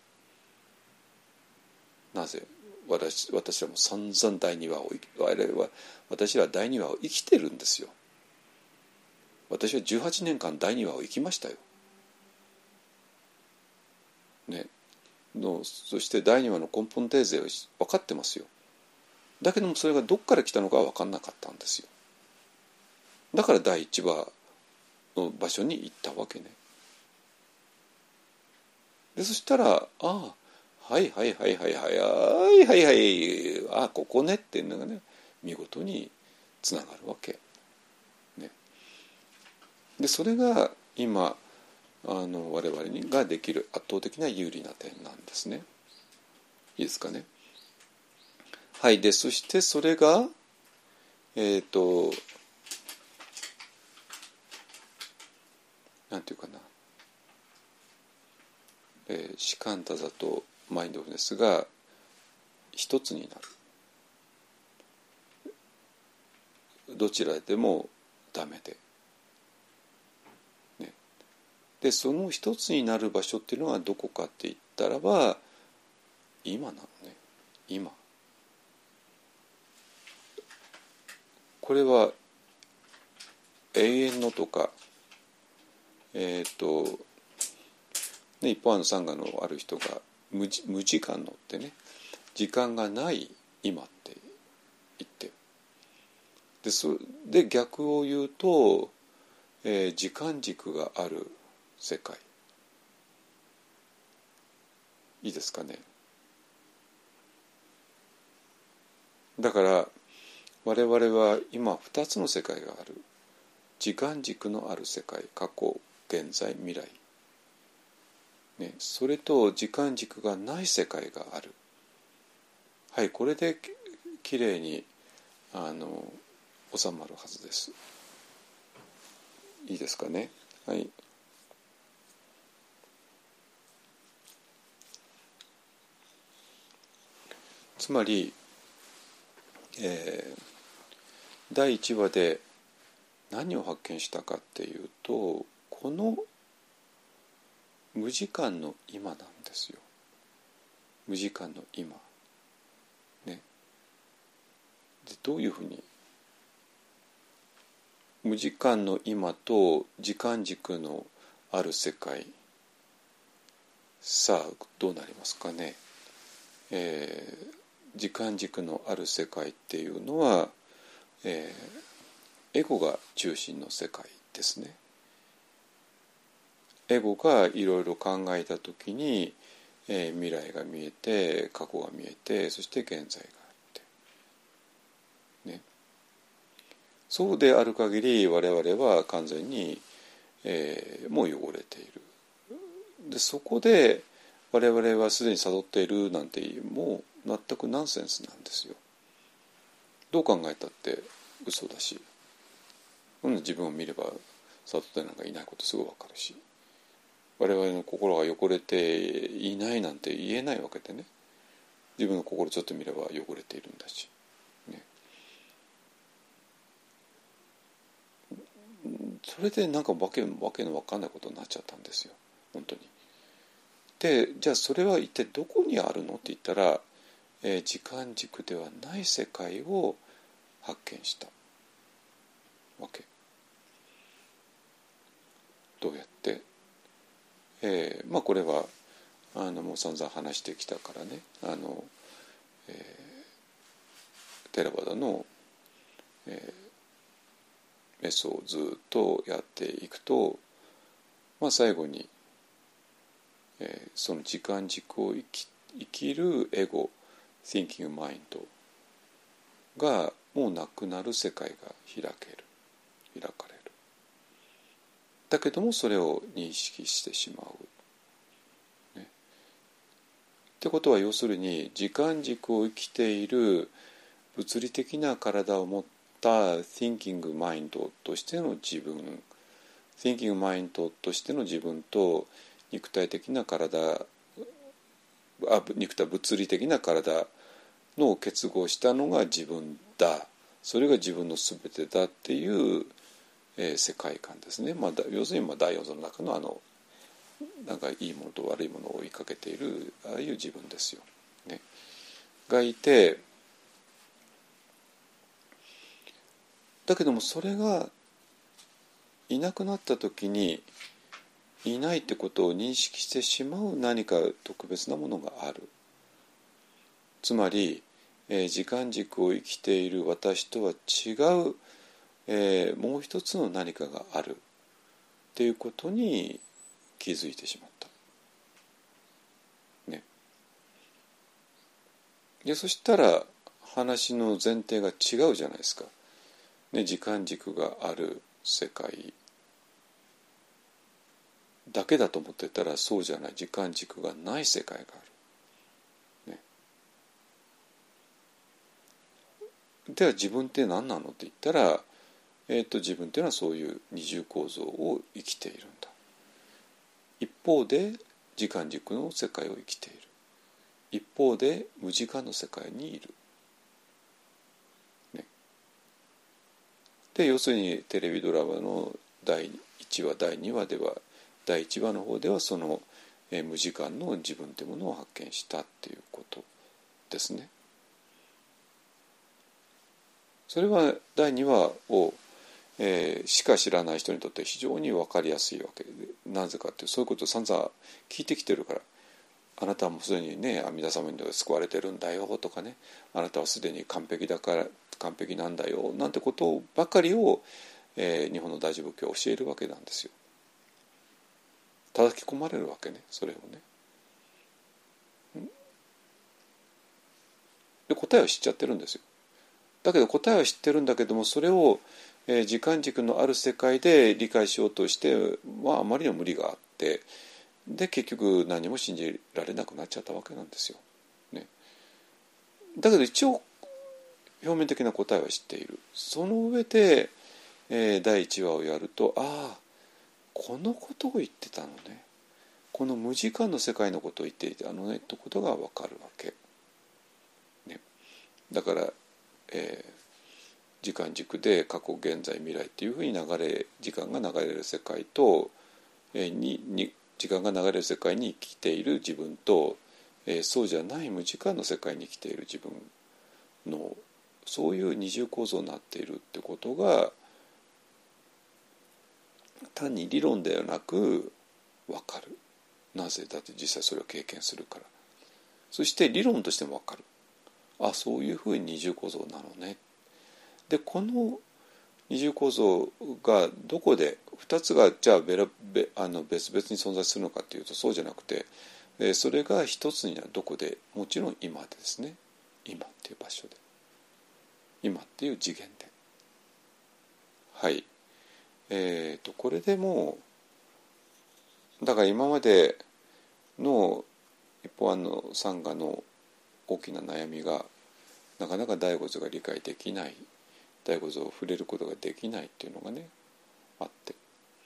なぜ私私らも散々だいにわを我々は私らはだいにわを生きてるんですよ。私はじゅうはちねんかんだいにわを生きましたよ。ね、のそしてだいにわの根本テーゼを分かってますよ。だけどもそれがどっから来たのかは分かんなかったんですよ。だからだいいちわの場所に行ったわけね。でそしたらああはいはいはいはいはいはいはいはいああここねっていうのがね見事につながるわけ。ね、でそれが今あの我々にができる圧倒的な有利な点なんですね。いいですかね。はい。でそしてそれがえっとなんていうかな、えー、シカンタザとマインドフルネスが一つになる。どちらでもダメで、ね、でその一つになる場所っていうのはどこかって言ったらば今なのね。今これは永遠のとかえっ、ー、とね一方のサンガのある人が 無, 無時間のってね時間がない今って言ってでそで逆を言うと、えー、時間軸がある世界いいですかね。だから我々は今ふたつの世界がある。時間軸のある世界過去現在未来、ね、それと時間軸がない世界がある。はいこれできれいにあの収まるはずです。いいですかね。はい。つまり、えー、だいいちわで何を発見したかっていうとこの無時間の今なんですよ。無時間の今ね。でどういうふうに無時間の今と時間軸のある世界さあどうなりますかね。えー、時間軸のある世界っていうのは、えー、エゴが中心の世界ですね。エゴがいろいろ考えたときに、えー、未来が見えて過去が見えてそして現在があってね。そうである限り我々は完全に、えー、もう汚れている。でそこで我々はすでに悟っているなんてもう全くナンセンスなんですよ。どう考えたって嘘だし自分を見れば悟ってなんかいないことすぐ分かるし我々の心が汚れていないなんて言えないわけでね。自分の心ちょっと見れば汚れているんだし、ね、それでなんかわけわけの分かんないことになっちゃったんですよ本当に。でじゃあそれは一体どこにあるのって言ったら、えー、時間軸ではない世界を発見したわけ。どうやって、えー、まあこれはあのもう散々話してきたからねあの、えー、テラバダの、えー、メソをずっとやっていくとまあ、最後に、えー、その時間軸を生き、生きるエゴ Thinking Mind がもうなくなる世界が開ける開かれる。だけどもそれを認識してしまう、ね、ってことは要するに時間軸を生きている物理的な体を持った Thinking Mind としての自分 Thinking Mind としての自分と肉体的な体あ肉体物理的な体の結合したのが自分だ、それが自分の全てだっていう、えー、世界観ですね。まあ、要するにまあ第四層の中のあのなんかいいものと悪いものを追いかけているああいう自分ですよ、ね、がいて、だけどもそれがいなくなった時にいないってことを認識してしまう何か特別なものがある。つまり、えー、時間軸を生きている私とは違う、えー、もう一つの何かがあるっていうことに気づいてしまった。ね。でそしたら話の前提が違うじゃないですか。ね、時間軸がある世界だけだと思ってたらそうじゃない、時間軸がない世界がある、ね、では自分って何なのって言ったら、えーと、自分っていうのはそういう二重構造を生きているんだ。一方で時間軸の世界を生きている、一方で無時間の世界にいる、ね、で要するにテレビドラマのだいいちわだいにわではだいいちわの方ではその、えー、無時間の自分というものを発見したっていうことですね。それはだいにわを、えー、しか知らない人にとって非常に分かりやすいわけで、なぜかってそういうことを散々聞いてきてるから、あなたはもうすでにね阿弥陀様に救われてるんだよとかね、あなたはすでに完璧だから完璧なんだよなんてことばかりを、えー、日本の大乗仏教は教えるわけなんですよ。叩き込まれるわけね、それをね。で答えを知っちゃってるんですよ。だけど答えは知ってるんだけども、それを、えー、時間軸のある世界で理解しようとして、まあ、あまりの無理があって、で結局何も信じられなくなっちゃったわけなんですよ、ね、だけど一応表面的な答えは知っている。その上で、えー、だいいちわをやると、ああこのことを言ってたのね、この無時間の世界のことを言っていたのねってことが分かるわけ、ね、だから、えー、時間軸で過去現在未来っていうふうに流れ時間が流れる世界と、えー、にに時間が流れる世界に生きている自分と、えー、そうじゃない無時間の世界に生きている自分のそういう二重構造になっているってことが単に理論ではなく分かる。なぜだって実際それを経験するから。そして理論としても分かる。あ、そういうふうに二重構造なのね。でこの二重構造がどこでふたつがじゃあベラベあの別々に存在するのかっていうとそうじゃなくて、えー、それが一つになるどこで、もちろん今でですね、今っていう場所で、今っていう次元で、はい、えーとこれでもうだから今までの一方案のサンガの大きな悩みがなかなか第五図が理解できない、第五図を触れることができないっていうのがねあって、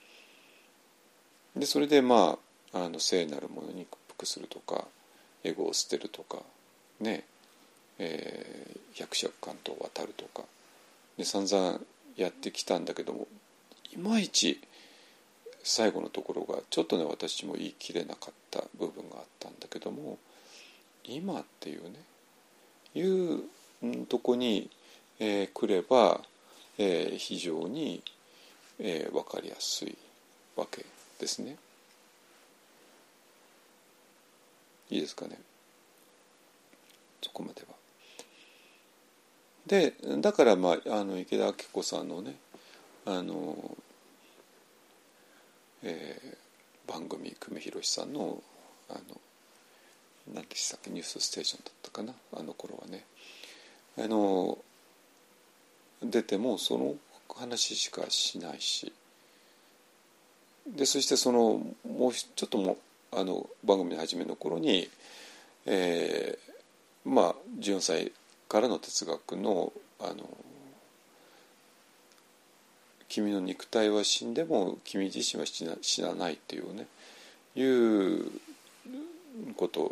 でそれでまああの聖なるものに屈服するとかエゴを捨てるとかね、えー、百尺関東を渡るとかで散々やってきたんだけども、いまいち最後のところがちょっとね私も言い切れなかった部分があったんだけども、今っていうねいうとこに、えー、来れば、えー、非常に、えー、分かりやすいわけですね。いいですかね、そこまでは。でだから、まあ、あの池田明子さんのねあの、え番組久米宏さんのあの何でしたっけニュースステーションだったかなあの頃はねあの出てもその話しかしないしでそしてそのもうちょっともあの番組の初めの頃に、えー、まあじゅうよんさいからの哲学のあの君の肉体は死んでも君自身は死な、死なないっていうねいうこと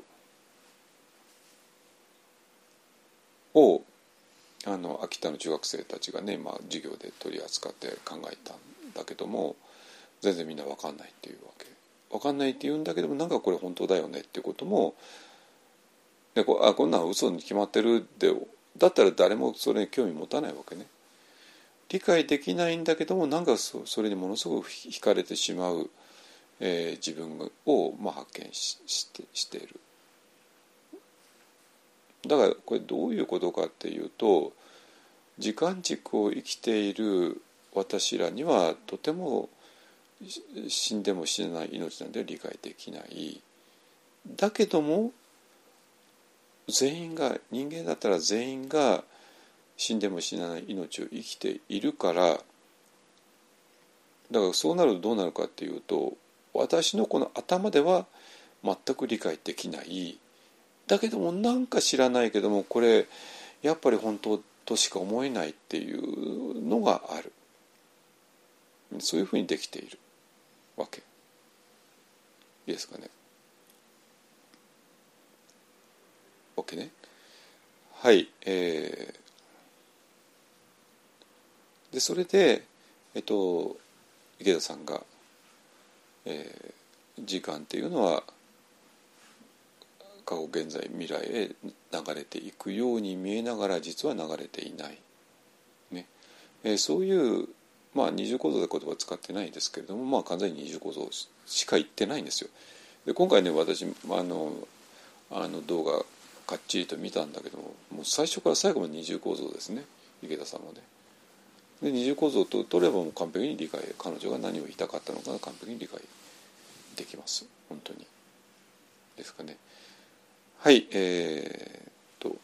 をあの秋田の中学生たちがね、まあ、授業で取り扱って考えたんだけども全然みんな分かんないっていうわけ分かんないって言うんだけどもなんかこれ本当だよねっていうこともでこあこんなの嘘に決まってるでだったら誰もそれに興味持たないわけね理解できないんだけどもなんか そ, それにものすごく惹かれてしまう、えー、自分を、まあ、発見 し, して、しているだからこれどういうことかっていうと時間軸を生きている私らにはとても死んでも死なない命なんで理解できないだけども全員が人間だったら全員が死んでも死なない命を生きているからだからそうなるとどうなるかっていうと私のこの頭では全く理解できないだけどもなんか知らないけどもこれやっぱり本当としか思えないっていうのがあるそういうふうにできているわけいいですかね OK ねはい、えー、でそれでえっと池田さんが、えー、時間っていうのは過去現在未来へ流れていくように見えながら実は流れていない、ねえー、そういうまあ二重構造で言葉は使ってないですけれども、まあ、完全に二重構造しか言ってないんですよ。で今回ね私あのあの動画かっちりと見たんだけどももう最初から最後まで二重構造ですね池田さんはね。で二重構造と取ればもう完璧に理解彼女が何を言いたかったのか完璧に理解できます本当にですかね。はいえー、っと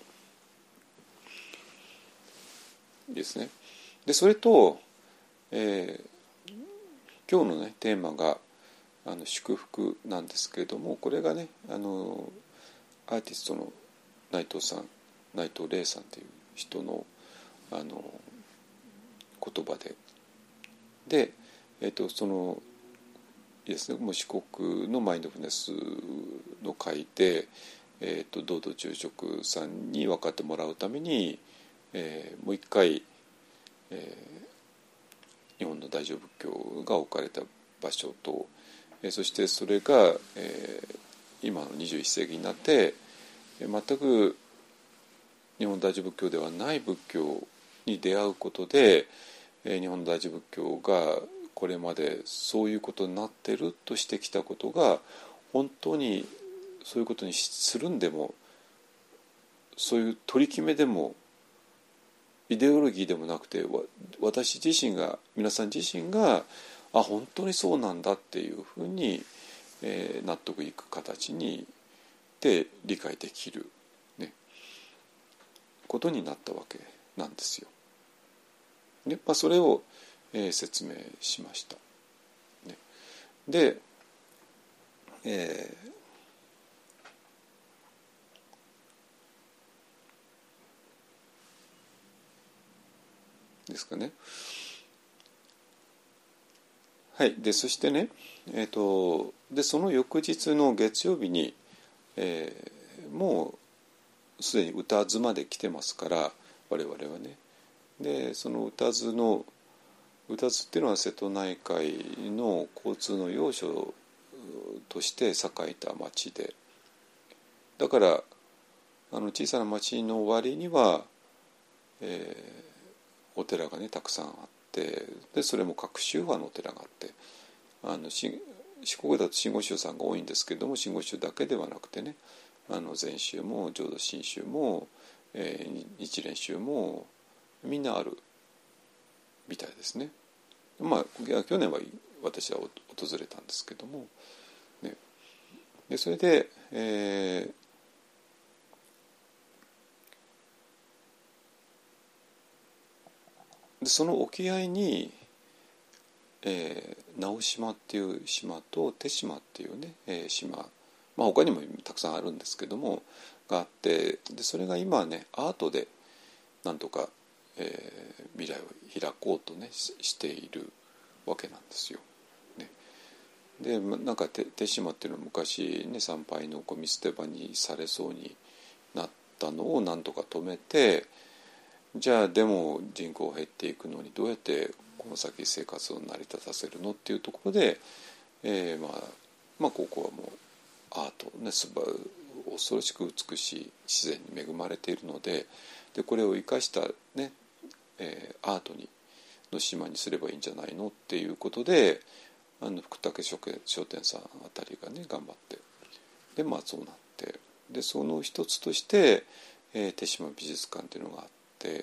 ですね。でそれと、えー、今日のねテーマがあの祝福なんですけれどもこれがねあのアーティストの内藤さん内藤玲さんという人のあの言葉でで、えー、とそのいいですねもう四国のマインドフルネスの会で、えー、と道道住職さんに分かってもらうために、えー、もう一回、えー、日本の大乗仏教が置かれた場所と、えー、そしてそれが、えー、今のにじゅういっ世紀になって、えー、全く日本大乗仏教ではない仏教に出会うことで、えー、日本大乗仏教がこれまでそういうことになってるとしてきたことが本当にそういうことにするんでもそういう取り決めでもイデオロギーでもなくて私自身が皆さん自身があ本当にそうなんだっていうふうに、えー、納得いく形にで理解できる、ね、ことになったわけなんですよ。で、まあ、それを、えー、説明しました。ね、で、えー、ですかね。はい、でそしてね、えーと、でその翌日の月曜日に、えー、もうすでに歌津まで来てますから我々はね。でその歌津の歌津っていうのは瀬戸内海の交通の要所として栄えた町でだからあの小さな町の終わりには、えー、お寺がねたくさんあってでそれも各宗派のお寺があってあの四国だと真言宗さんが多いんですけれども真言宗だけではなくてねあの禅宗も浄土真宗も、えー、日蓮宗もみんなあるみたいですね。まあ去年は私は訪れたんですけども、ね、でそれで、えー、でその沖合に、えー、直島っていう島と手島っていうね、えー、島、まあ、他にもたくさんあるんですけどもがあって、でそれが今はねアートでなんとか、えー、未来を開こうとね し, しているわけなんですよ。ね、でなんか手手島っていうのは昔ね参拝のこう見捨て場にされそうになったのをなんとか止めて、じゃあでも人口減っていくのにどうやってこの先生活を成り立たせるのっていうところで、えーまあ、まあここはもうアートね、すば恐ろしく美しい自然に恵まれているので、でこれを生かしたね、えー、アートにの島にすればいいんじゃないのっていうことで、あの福武商店さんあたりがね頑張って、でまあそうなって、でその一つとして、えー、手島美術館っていうのがあって、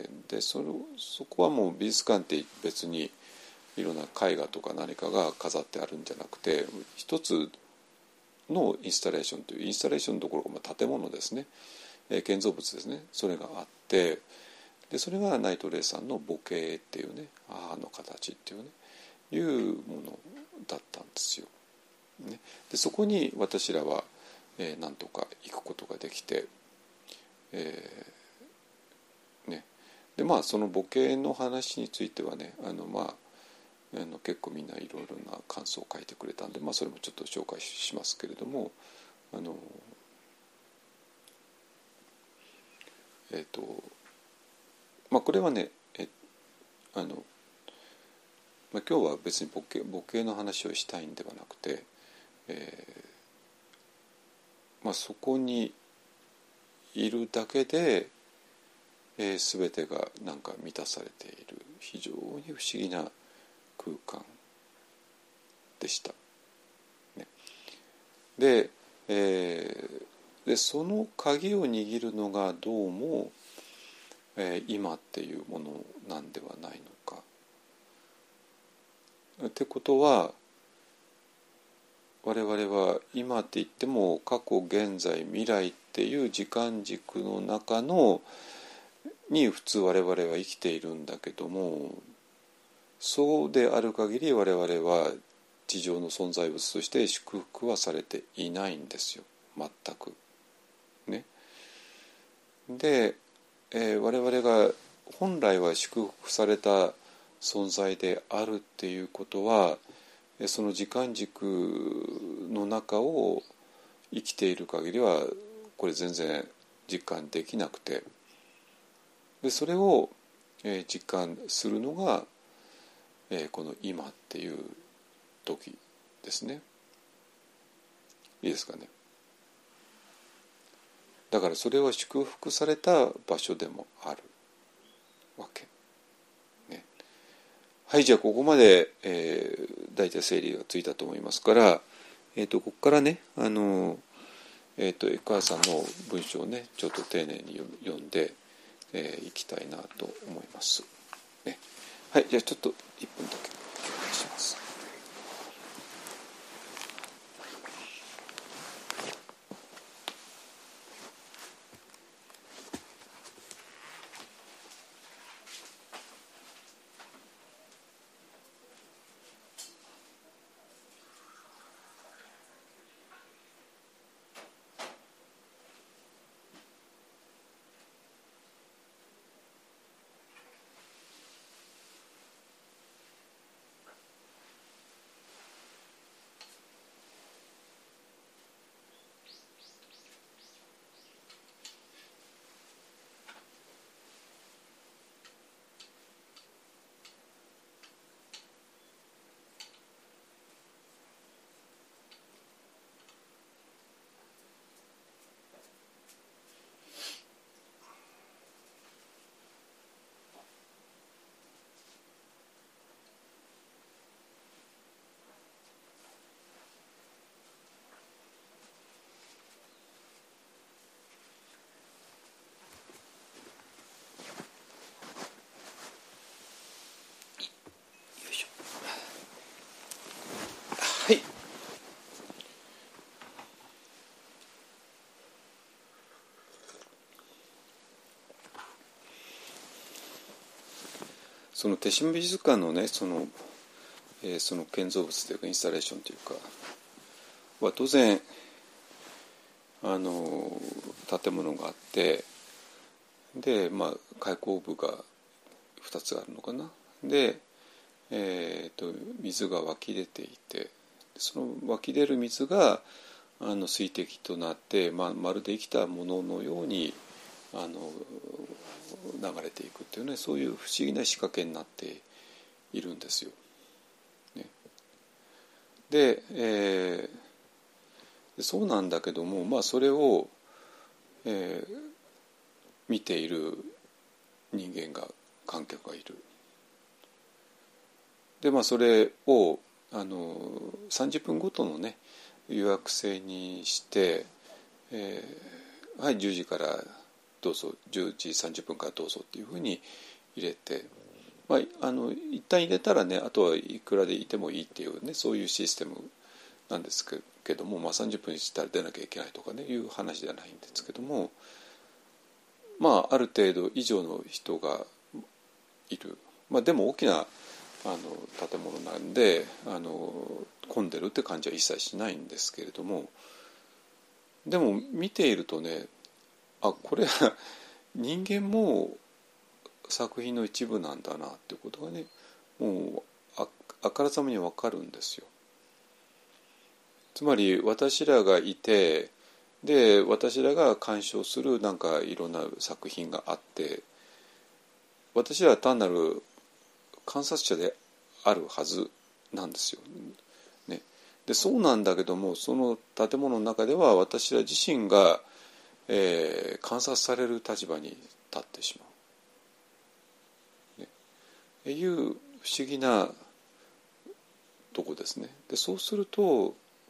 で そ, れそこはもう美術館って別にいろんな絵画とか何かが飾ってあるんじゃなくて、一つのインスタレーションというインスタレーションのところがまあ建物ですね、えー、建造物ですね、それがあって、でそれがナイトレイさんの母系っていうね、母の形っていうねいうものだったんですよ。ね、でそこに私らは、えー、なんとか行くことができて、えーね、でまあその母系の話についてはね、あのまああの結構みんないろいろな感想を書いてくれたんで、まあ、それもちょっと紹介しますけれども、あのえっ、ー、とまあこれはね、えあの、まあ、今日は別に母系、母系の話をしたいんではなくて、えーまあ、そこにいるだけで、えー、全てがなんか満たされている非常に不思議な空間でした。ね、で、えー、でその鍵を握るのがどうも、えー、今っていうものなんではないのか。ってことは我々は今って言っても過去現在未来っていう時間軸の中のに普通我々は生きているんだけども、そうである限り我々は地上の存在物として祝福はされていないんですよ、全く。ね、で、えー、我々が本来は祝福された存在であるっていうことは、その時間軸の中を生きている限りはこれ全然実感できなくて、でそれを、えー、実感するのが、えー、この今っていう時ですね。いいですかね。だからそれは祝福された場所でもあるわけ、ね、はい、じゃあここまで、えー、大体整理がついたと思いますから、えー、とここからね、あの、えー、と江川さんの文章をねちょっと丁寧に読んでい、えー、きたいなと思います、ね、はい、じゃあちょっといっぷんだけお願いします。 その手島美術館のねその、えー、その建造物というかインスタレーションというかは当然あの建物があってで、まあ、開口部がふたつあるのかなで、えー、と水が湧き出ていてその湧き出る水があの水滴となって、まあ、まるで生きたもののようにあの流れていくっていうねそういう不思議な仕掛けになっているんですよ。ね、で、えー、そうなんだけども、まあ、それを、えー、見ている人間が観客がいる。でまあそれをあのさんじゅっぷんごとのね予約制にして、えー、はいじゅうじからどうぞじゅうじさんじゅっぷんからどうぞっていうふうに入れて、まあ、あの一旦入れたらねあとはいくらでいてもいいっていうねそういうシステムなんですけども、まあ、さんじゅっぷんしたら出なきゃいけないとかねいう話ではないんですけども、まあある程度以上の人がいる、まあ、でも大きなあの建物なんであの混んでるって感じは一切しないんですけれども、でも見ているとねあこれ人間も作品の一部なんだなっていうことがねもう あ, あからさまに分かるんですよ。つまり私らがいてで私らが鑑賞するなんかいろんな作品があって私らは単なる観察者であるはずなんですよ、ね、でそうなんだけどもその建物の中では私ら自身が、えー、観察される立場に立ってしまう、ね、っていう不思議なとこですね。でそうすると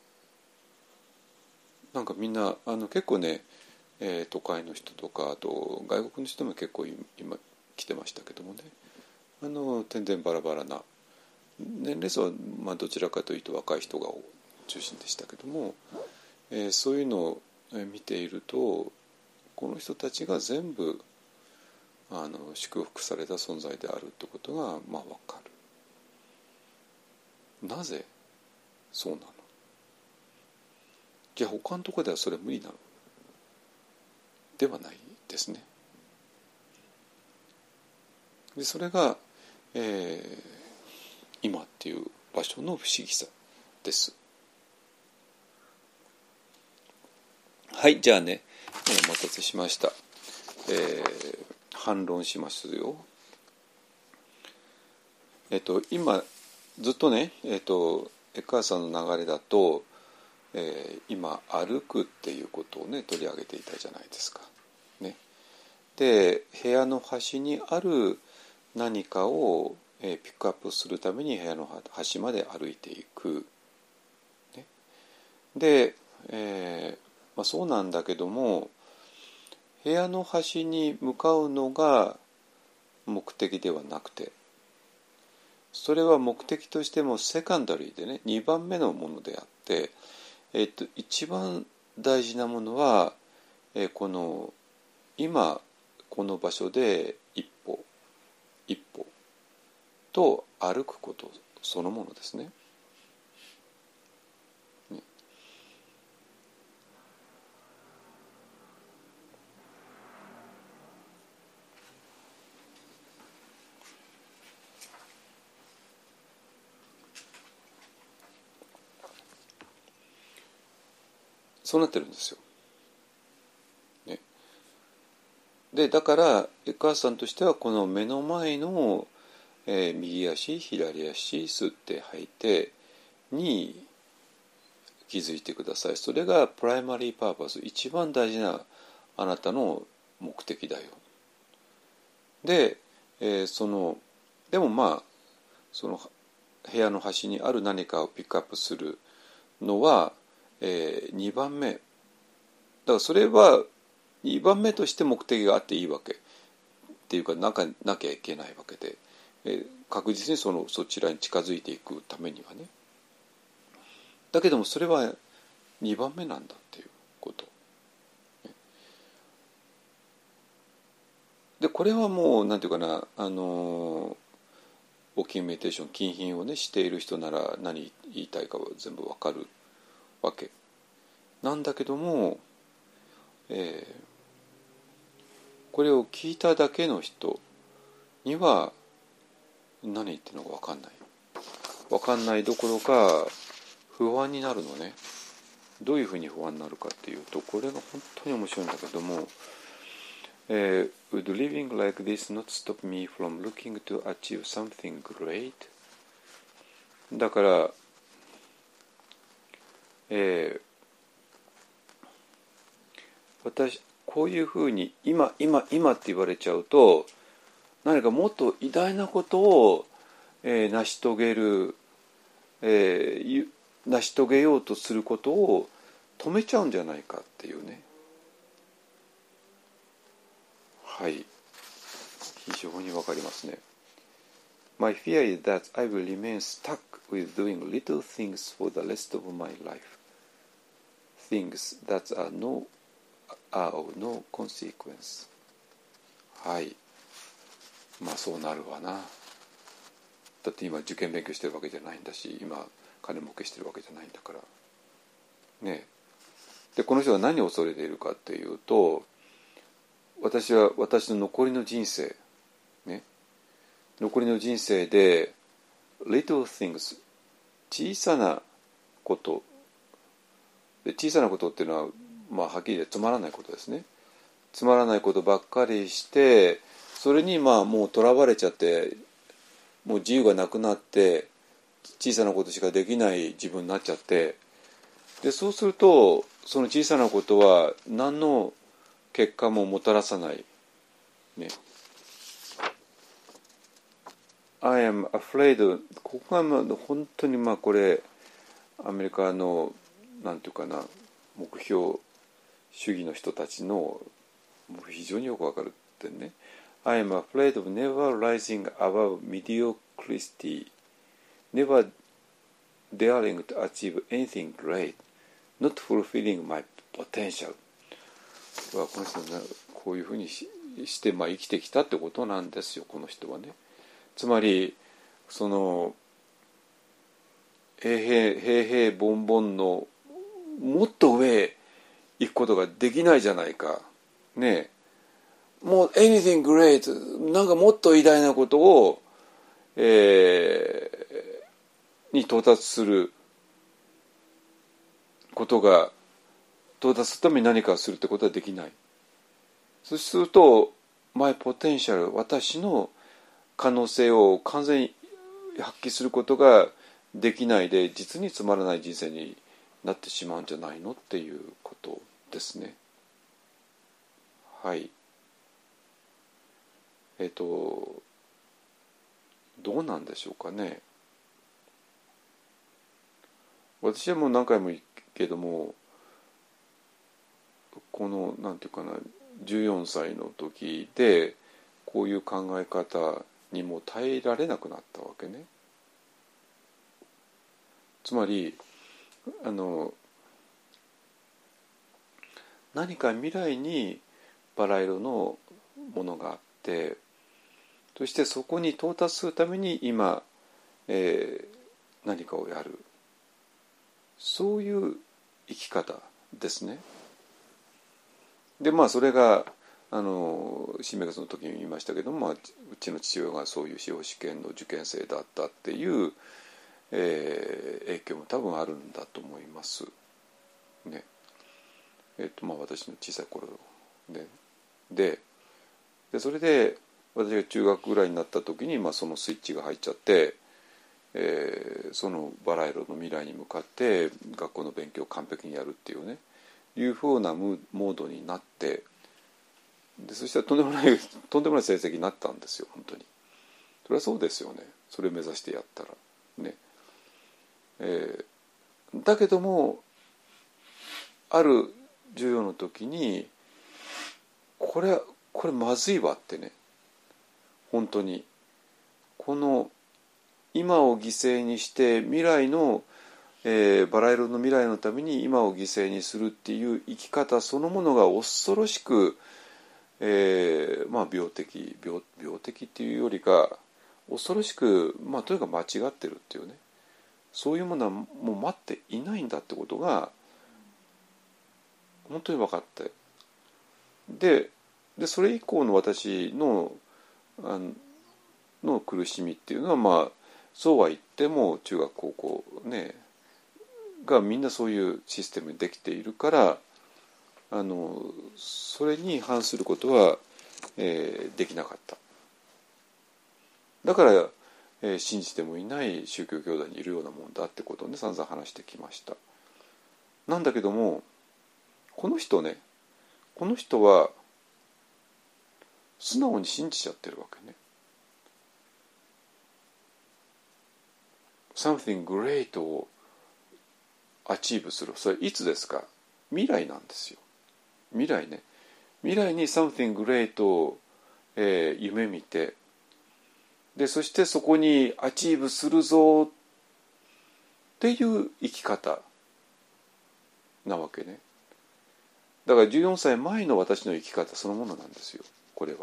なんかみんなあの結構ね、えー、都会の人とかあと外国の人も結構今来てましたけどもねあの全然バラバラな年齢層はまあどちらかというと若い人が中心でしたけども、えー、そういうのを見ているとこの人たちが全部あの祝福された存在であるってことがまあ分かる。なぜそうなの？じゃあ他のところではそれ無理なの？ではないですね。でそれが、えー今っていう場所の不思議さです。はいじゃあねお待たせしました、えー、反論しますよ。えっと今ずっとねえっと江川さんの流れだと、えー、今歩くっていうことをね取り上げていたじゃないですか。ね、で部屋の端にある何かをピックアップするために部屋の端まで歩いていく、ね、で、えーまあ、そうなんだけども部屋の端に向かうのが目的ではなくてそれは目的としてもセカンダリーでねにばんめのものであって、えー、と一番大事なものは、えー、この今この場所で一歩一歩と歩くことそのものですね。ねそうなってるんですよ。ね、でだから江川さんとしてはこの目の前の、えー、右足左足吸って吐いてに気づいてください。それがプライマリーパーパス一番大事なあなたの目的だよ。で、えー、そのでもまあその部屋の端にある何かをピックアップするのは、えー、にばんめだからそれはにばんめとして目的があっていいわけっていうかなかなきゃいけないわけで、えー、確実にそのそちらに近づいていくためにはねだけどもそれはにばんめなんだっていうことでこれはもうなんていうかなあのウォーキングメディテーション禁品をねしている人なら何言いたいかは全部わかるわけなんだけども、えー、これを聞いただけの人には何言ってるのかわかんないわかんないどころか不安になるのね。どういうふうに不安になるかっていうと、これが本当に面白いんだけども、えー、Would living like this not stop me from looking to achieve something great? だから、えー、私こういうふうに今今今って言われちゃうと、何かもっと偉大なことを、えー、成し遂げる、えー、成し遂げようとすることを止めちゃうんじゃないかっていうね。はい、非常にわかりますね。My fear is that I will remain stuck with doing little things for the rest of my life. Things that are, no, are of no consequence. はい。まあそうなるわな。だって今受験勉強してるわけじゃないんだし、今金儲けしてるわけじゃないんだから。ね。で、この人が何を恐れているかっていうと、私は私の残りの人生、ね。残りの人生で little things 小さなことで、小さなことっていうのはまあはっきり言ってつまらないことですね。つまらないことばっかりして、それにまあもうとらわれちゃって、もう自由がなくなって小さなことしかできない自分になっちゃって、でそうするとその小さなことは何の結果ももたらさないね。I am afraid ここが本当にまあこれアメリカのなんていうかな目標主義の人たちの非常によくわかるってね。I am afraid of never rising above mediocrity, never daring to achieve anything great, not fulfilling my potential. この人はこういうふうにし、してまあ生きてきたってことなんですよ、この人はね。つまりその平平平平凡凡のもっと上へ行くことができないじゃないかねえ。もう anything great なんかもっと偉大なことを、えー、に到達することが到達するために何かをするってことはできない。そうすると my potential 私の可能性を完全に発揮することができないで、実につまらない人生になってしまうんじゃないのっていうことですね。はい。えっとどうなんでしょうかね。私はもう何回も言うけども、このなんていうかなじゅうよんさいの時でこういう考え方にも耐えられなくなったわけね。つまりあの何か未来にバラ色のものがあって、そしてそこに到達するために今、えー、何かをやる、そういう生き方ですね。でまあそれがあの新明活の時に言いましたけども、まあ、うちの父親がそういう司法試験の受験生だったっていう、えー、影響も多分あるんだと思いますね。えっとまあ私の小さい頃でででそれで私が中学ぐらいになった時に、まあ、そのスイッチが入っちゃって、えー、そのバラ色の未来に向かって学校の勉強を完璧にやるっていうねいうふうなモードになって、でそしたらとんでもないとんでもない成績になったんですよ。本当にそれはそうですよね。それを目指してやったらね、えー、だけどもある授業の時にこれこれまずいわってね、本当にこの今を犠牲にして未来の、えー、バラ色の未来のために今を犠牲にするっていう生き方そのものが恐ろしく、えー、まあ病的 病, 病的っていうよりか恐ろしく、まあ、とにかく間違ってるっていうね、そういうものはもう待っていないんだってことが本当に分かって、で、でそれ以降の私のあのの苦しみっていうのは、まあそうは言っても中学高校ねがみんなそういうシステムにできているから、あのそれに反することは、えー、できなかった。だから、えー、信じてもいない宗教兄弟にいるようなもんだってことをね散々話してきました。なんだけどもこの人ね、この人は素直に信じちゃってるわけね。something great をアチーブする。それいつですか？未来なんですよ。未来ね。未来に something great を、えー、夢見て、でそしてそこにアチーブするぞっていう生き方なわけね。だからじゅうよんさいまえの私の生き方そのものなんですよ、これは。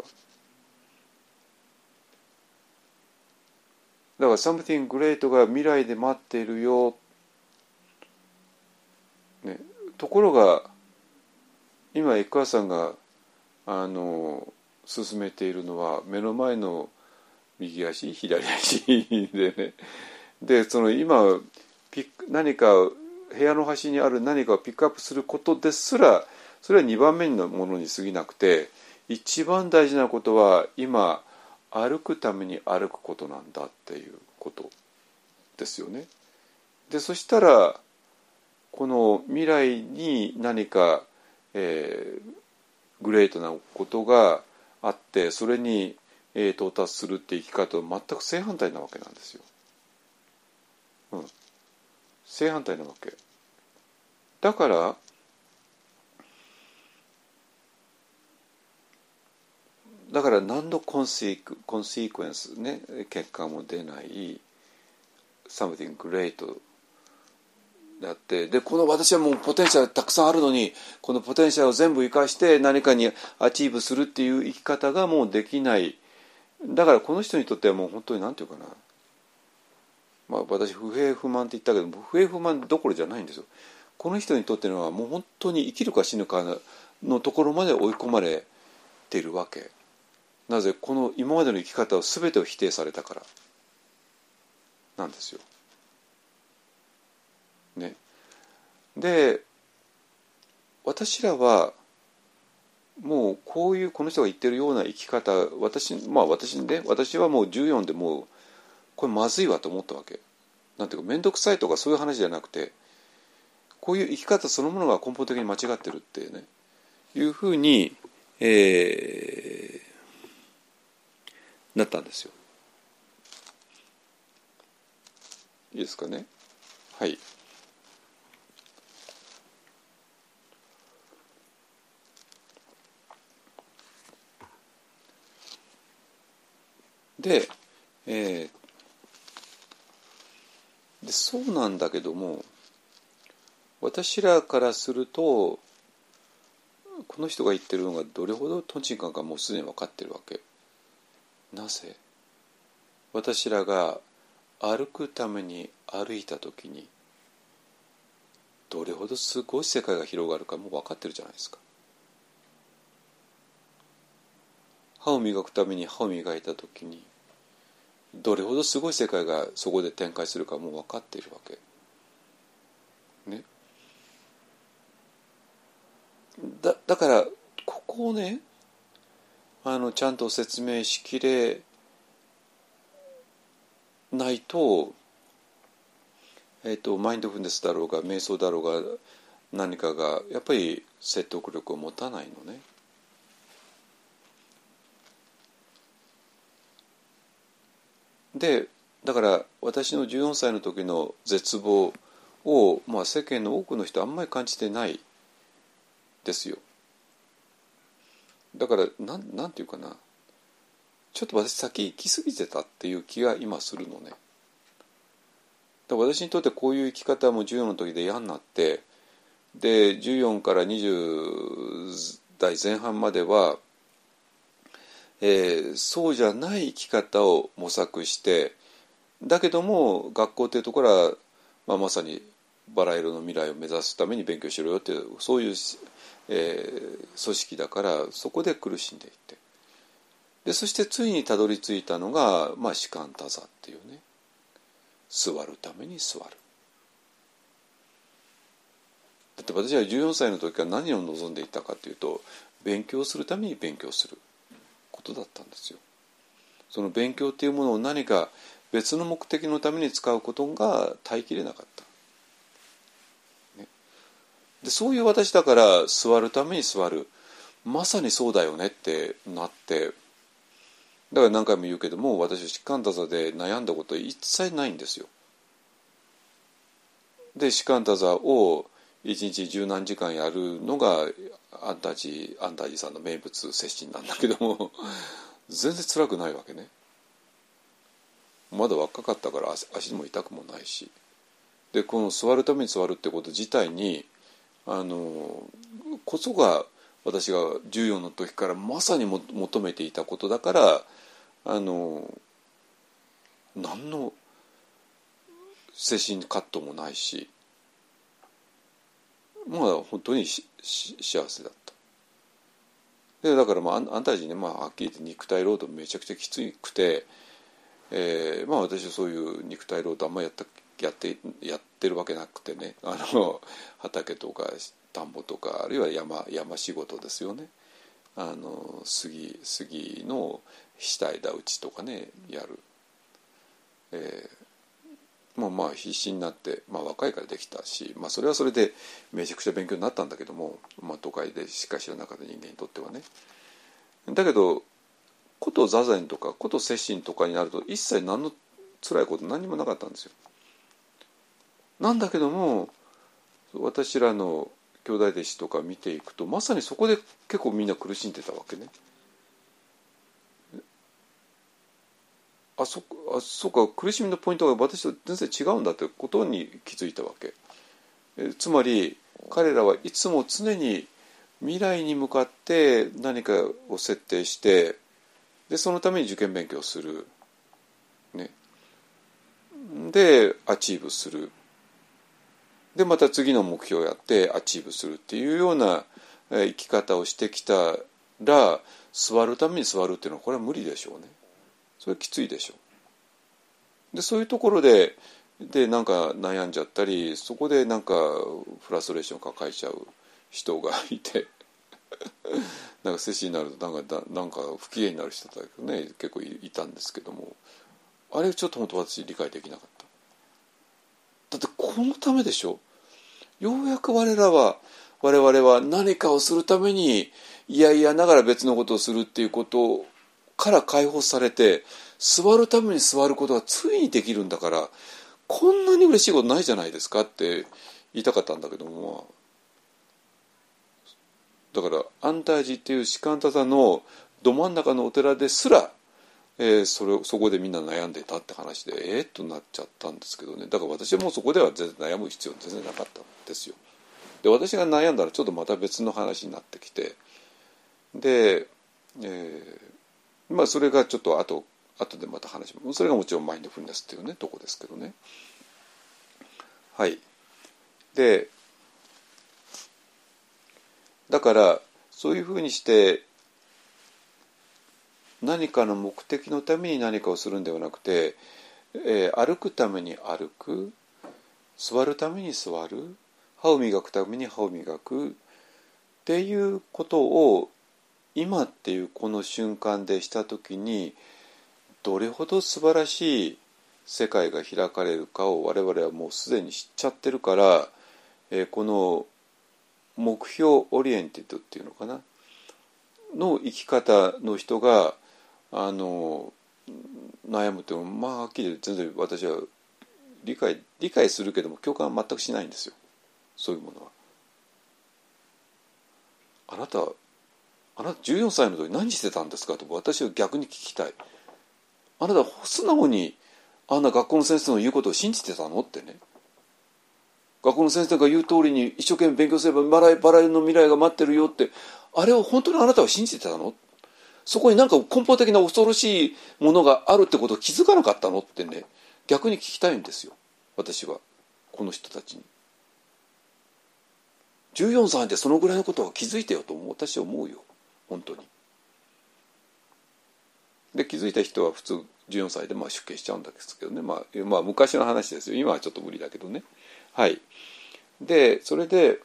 だから something great が未来で待っているよ、ね、ところが今エクアさんがあの進めているのは目の前の右足左足でね、でその今ピック何か部屋の端にある何かをピックアップすることですらそれはにばんめのものに過ぎなくて、一番大事なことは今歩くために歩くことなんだっていうことですよね。でそしたらこの未来に何か、えー、グレートなことがあってそれに、えー、到達するって生き方は全く正反対なわけなんですよ。うん、正反対なわけだからだから何のコンシーク、コンシークエンスね、結果も出ない something great だって、でこの私はもうポテンシャルたくさんあるのにこのポテンシャルを全部生かして何かにアチーブするっていう生き方がもうできない。だからこの人にとってはもう本当に何て言うかな、まあ私不平不満って言ったけど不平不満どころじゃないんですよ。この人にとってのはもう本当に生きるか死ぬかのところまで追い込まれているわけ。なぜこの今までの生き方を全てを否定されたからなんですよ。ね。で私らはもうこういうこの人が言ってるような生き方、私まあ私ね私はもうじゅうよんでもうこれまずいわと思ったわけ。なんていうか面倒くさいとかそういう話じゃなくて、こういう生き方そのものが根本的に間違ってるってねいうふうに、えーなったんですよ。いいですかね。はい。で、えー、でそうなんだけども私らからするとこの人が言ってるのがどれほどとんちんかんかもうすでに分かってるわけ。なぜ私らが歩くために歩いた時にどれほどすごい世界が広がるかもう分かってるじゃないですか。歯を磨くために歯を磨いた時にどれほどすごい世界がそこで展開するかもう分かっているわけね。だ, だからここをねあのちゃんと説明しきれないと、えーと、マインドフルネスだろうが瞑想だろうが何かがやっぱり説得力を持たないのね。でだから私のじゅうよんさいの時の絶望を、まあ、世間の多くの人はあんまり感じてないですよ。だからなん、なんていうかな、ちょっと私先行き過ぎてたっていう気が今するのね。だから私にとってこういう生き方もじゅうよんの時で嫌になって、でじゅうよんからにじゅう代前半までは、 えー、そうじゃない生き方を模索して、だけども学校っていうところは、まあ、まさにバラ色の未来を目指すために勉強しろよっていうそういう、えー、組織だから、そこで苦しんでいて、でそしてついにたどり着いたのが、まあ、士官多座っていうね、座るために座る。だって私はじゅうよんさいの時から何を望んでいたかというと、勉強するために勉強することだったんですよ。その勉強っていうものを何か別の目的のために使うことが耐えきれなかった、ね、でそういう私だから、座るために座る、まさにそうだよねってなって、だから何回も言うけども、私は士官多座で悩んだこと一切ないんですよ。で士官多座を一日十何時間やるのがアンタージアンタージさんの名物接心なんだけども全然辛くないわけね。まだ若かったから足も痛くもないし、でこの座るために座るってこと自体にあのこそが私がじゅうよんの時からまさにも求めていたことだから、あの何の精神葛藤もないし、まあ本当にしし幸せだった。でだからまあ安泰寺ね、まあはっきり言って肉体労働めちゃくちゃきつくて、えー、まあ私はそういう肉体労働あんまりやったやってやってるわけなくてね、あの畑とか田んぼとか、あるいは山山仕事ですよね。あの杉杉の下枝打ちとかねやる。えーもうまあ必死になって、まあ、若いからできたし、まあ、それはそれでめちゃくちゃ勉強になったんだけども、まあ、都会でしか知らなかった人間にとってはね。だけどこと座禅とかこと摂心とかになると一切何の辛いこと何にもなかったんですよ。なんだけども私らの兄弟弟子とか見ていくと、まさにそこで結構みんな苦しんでたわけね。あ そ, あそうか、苦しみのポイントが私と全然違うんだってことに気づいたわけ。えつまり彼らはいつも常に未来に向かって何かを設定して、でそのために受験勉強する、ね、でアチーブする、でまた次の目標をやってアチーブするっていうような生き方をしてきたら、座るために座るっていうのはこれは無理でしょうね。それきついでしょう。でそういうところででなんか悩んじゃったり、そこでなんかフラストレーションを抱えちゃう人がいてなんか摂氏になるとなんかなんか不機嫌になる人だけどね、結構 い, いたんですけども、あれちょっと本当私理解できなかった。だってこのためでしょ。ようやく我らは我々は何かをするためにいやいやながら別のことをするっていうことから解放されて、座るために座ることがついにできるんだから、こんなに嬉しいことないじゃないですかって言いたかったんだけども、だから安泰寺っていう士官多座のど真ん中のお寺ですら、えー、それそこでみんな悩んでたって話でえー、っとなっちゃったんですけどね。だから私はもうそこでは全然悩む必要全然なかったんですよ。で私が悩んだらちょっとまた別の話になってきて、で、えーまあ、それがちょっと後後でまた話も、それがもちろんマインドフルネスっていうねとこですけどね。はい。でだからそういうふうにして何かの目的のために何かをするんではなくて、えー、歩くために歩く、座るために座る、歯を磨くために歯を磨くっていうことを今っていうこの瞬間でしたときに、どれほど素晴らしい世界が開かれるかを我々はもうすでに知っちゃってるから、えー、この目標オリエンティッドっていうのかなの生き方の人があの悩むっていうのは、まあはっきり言って全然私は理解理解するけども共感は全くしないんですよ。そういうものは。あなたあなたじゅうよんさいの時何してたんですかと私は逆に聞きたい。あなた素直にあんな学校の先生の言うことを信じてたのってね。学校の先生が言う通りに一生懸命勉強すればバラバラの未来が待ってるよって、あれを本当にあなたは信じてたの？ そこになんか根本的な恐ろしいものがあるってことを気づかなかったのってね、逆に聞きたいんですよ、私はこの人たちに。じゅうよんさいでそのぐらいのことは気づいてよと私は思うよ、本当に。で気づいた人は普通じゅうよんさいでまあ出家しちゃうんですけどね、まあ、まあ昔の話ですよ、今はちょっと無理だけどね。はい。でそれで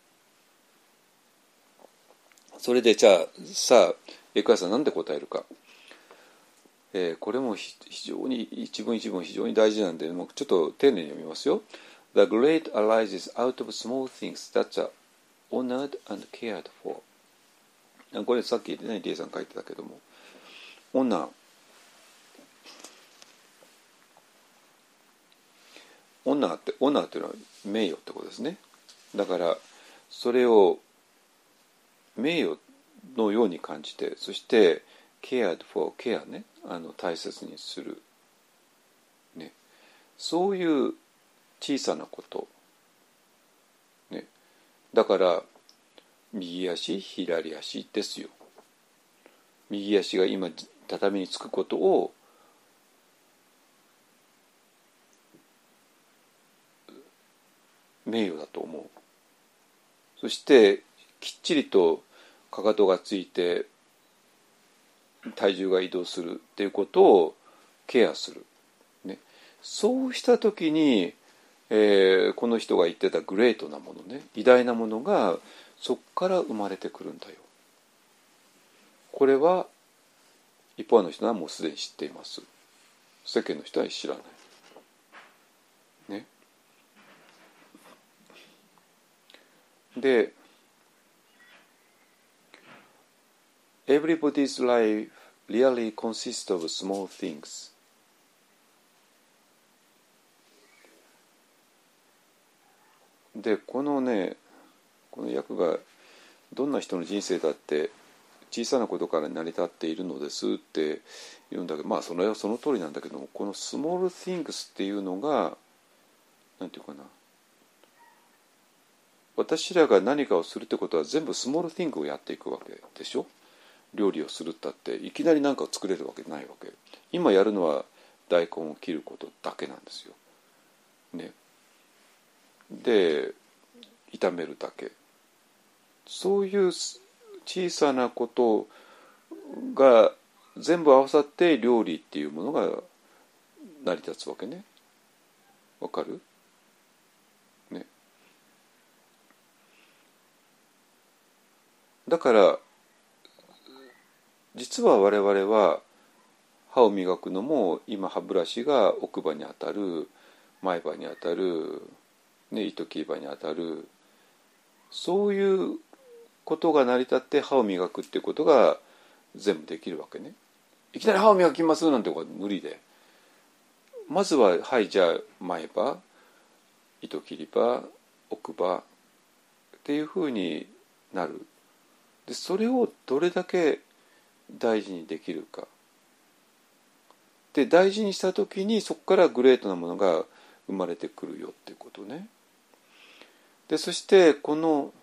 それでじゃあさあエクアさんなんで答えるか、えー、これも非常に一文一文非常に大事なんで、もうちょっと丁寧に読みますよ。 The great arises out of small things that are honored and cared for。 これさっきねリエさん書いてたけども、オナーオナーってオナーっていうのは名誉ってことですね。だからそれを名誉のように感じて、そして cared for ケアね、あの大切にする、ね、そういう小さなこと、ね、だから右足左足ですよ。右足が今畳につくことを名誉だと思う。そしてきっちりとかかとがついて体重が移動するっていうことをケアする、ね、そうした時に、えー、この人が言ってたグレートなものね、偉大なものがそこから生まれてくるんだよ。これは一般の人はもうすでに知っています。世間の人は知らない、ね、でEverybody's life really consists of small things。 でこのねこの訳がどんな人の人生だって小さなことから成り立っているのですって言うんだけど、まあそれはその通りなんだけども、このスモール things っていうのがなんていうかな、私らが何かをするってことは全部スモール thing をやっていくわけでしょ。料理をするったっていきなり何かを作れるわけないわけ。今やるのは大根を切ることだけなんですよ、ね、で炒めるだけ。そういう小さなことが全部合わさって料理っていうものが成り立つわけね。わかる？ね。だから実は我々は歯を磨くのも今歯ブラシが奥歯に当たる、前歯に当たる、ね、糸切り歯に当たる、そういうことが成り立って歯を磨くっていうことが全部できるわけね。いきなり歯を磨きますなんてことは無理で、まずははいじゃあ前歯、糸切り歯、奥歯っていうふうになる。でそれをどれだけ大事にできるかで、大事にした時にそこからグレートなものが生まれてくるよっていうことね。でそしてこの、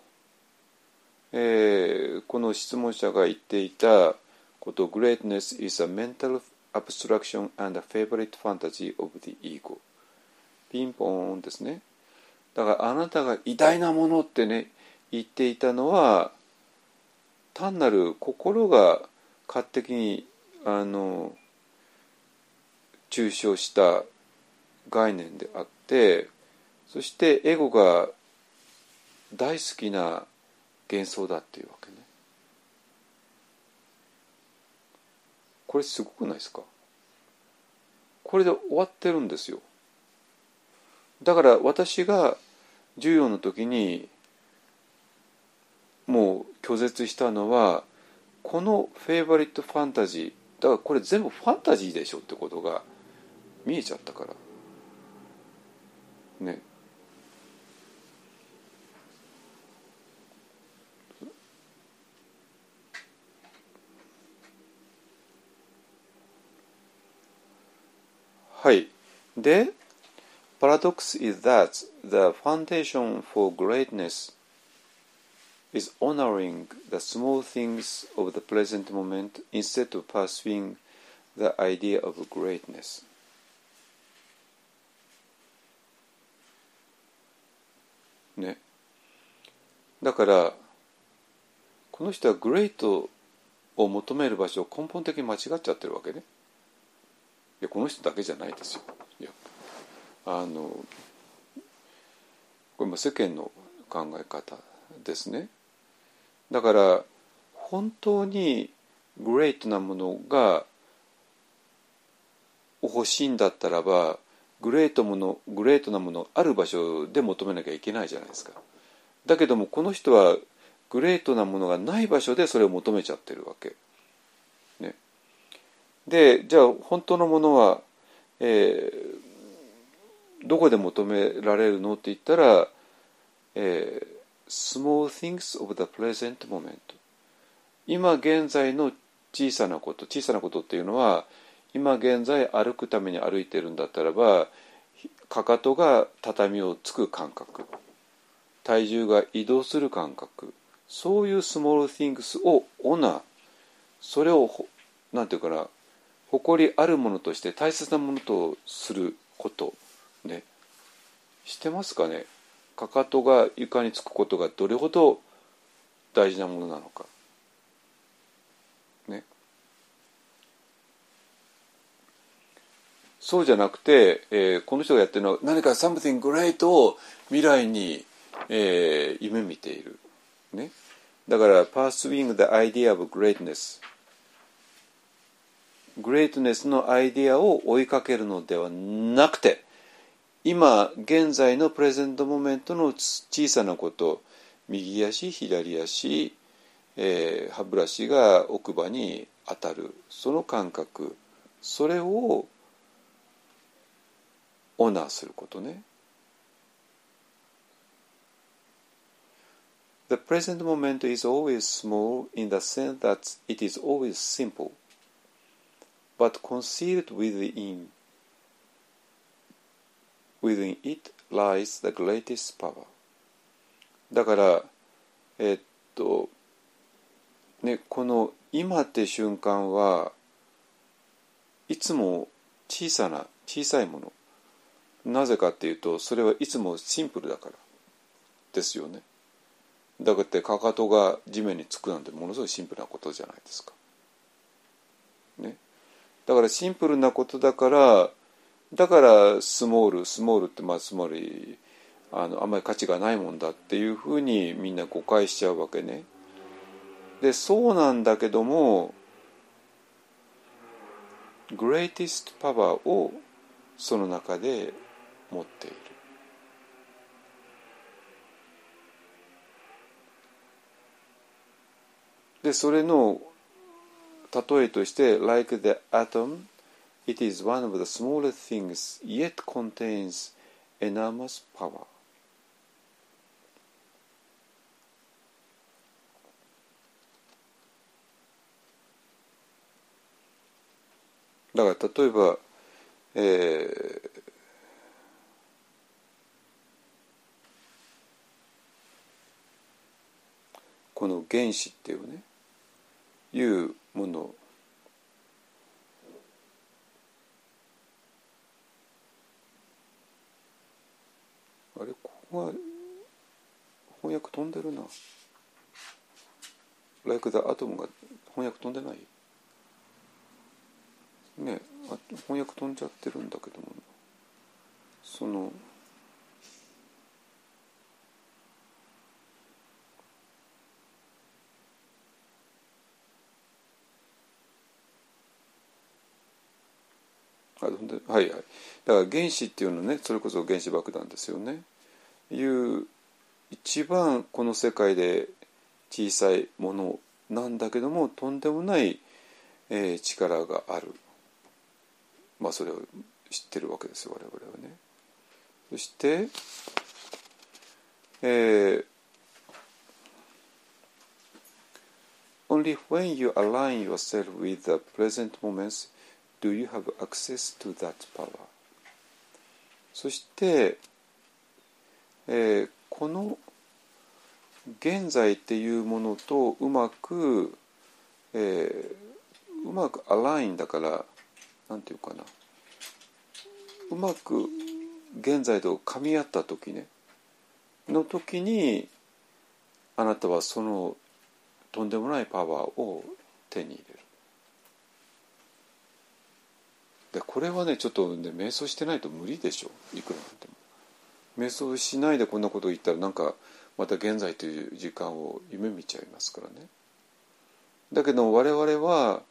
えー、この質問者が言っていたこと、 Greatness is a mental abstraction and a favorite fantasy of the ego。 ピンポーンですね。だからあなたが偉大なものってね言っていたのは単なる心が勝手にあの抽象した概念であって、そしてエゴが大好きな幻想だっていうわけね。これすごくないですか？これで終わってるんですよ。だから私がじゅうよんの時にもう拒絶したのはこのフェイバリットファンタジーだから、これ全部ファンタジーでしょってことが見えちゃったからね。はい。で、paradox is that the foundation for greatness is honoring the small things of the present moment instead of pursuing the idea of greatness. ね。だからこの人はグレートを求める場所を根本的に間違っちゃってるわけね。いやこの人だけじゃないですよ。いやあのこれも世間の考え方ですね。だから本当にグレートなものが欲しいんだったらばグレートものグレートなものある場所で求めなきゃいけないじゃないですか。だけどもこの人はグレートなものがない場所でそれを求めちゃってるわけ、ね、でじゃあ本当のものは、えー、どこで求められるのって言ったら、えー、small things of the present moment 今現在の小さなこと小さなことっていうのは今現在歩くために歩いてるんだったらばかかとが畳をつく感覚体重が移動する感覚そういうスモール things をオナーそれをなんていうかな誇りあるものとして大切なものとすることね知ってますかねかかとが床につくことがどれほど大事なものなのかねそうじゃなくて、えー、この人がやってるのは何か something great を未来に、えー、夢見ている、ね、だから pursuing the idea of greatness グレートネスのアイディアを追いかけるのではなくて今現在のプレゼントモメントの小さなこと右足左足、えー、歯ブラシが奥歯に当たるその感覚それをオナーすることね。The present moment is always small in the sense that it is always simple, but concealed within, within it lies the greatest power. だから、えっと、ね、この今って瞬間はいつも小さな小さいものなぜかっていうとそれはいつもシンプルだからですよね。だからってかかとが地面につくなんてものすごいシンプルなことじゃないですか。ね。だからシンプルなことだからだからスモールスモールってまあつまりあのあんまり価値がないもんだっていうふうにみんな誤解しちゃうわけね。でそうなんだけどもグレイティストパワーをその中で持っている。でそれの例えとして Like the atom, it is one of the smallest things yet contains enormous power. だから例えば、えーこの原子っていうねいうものあれここが翻訳飛んでるな Like the atom が翻訳飛んでないねあ翻訳飛んじゃってるんだけどもそのはいはい、だから原子っていうのねそれこそ原子爆弾ですよねいう一番この世界で小さいものなんだけどもとんでもない、えー、力があるまあそれを知ってるわけですよ我々はねそして、えー、Only when you align yourself with the present moments do you have access to that power そして、えー、この現在っていうものとうまく、えー、うまくアラインだからなんていうかな、うまく現在と噛み合った時ねの時にあなたはそのとんでもないパワーを手に入れる。でこれはねちょっとね瞑想してないと無理でしょ、いくらなんでも。瞑想しないでこんなことを言ったらなんかまた現在という時間を夢見ちゃいますからね。だけど我々は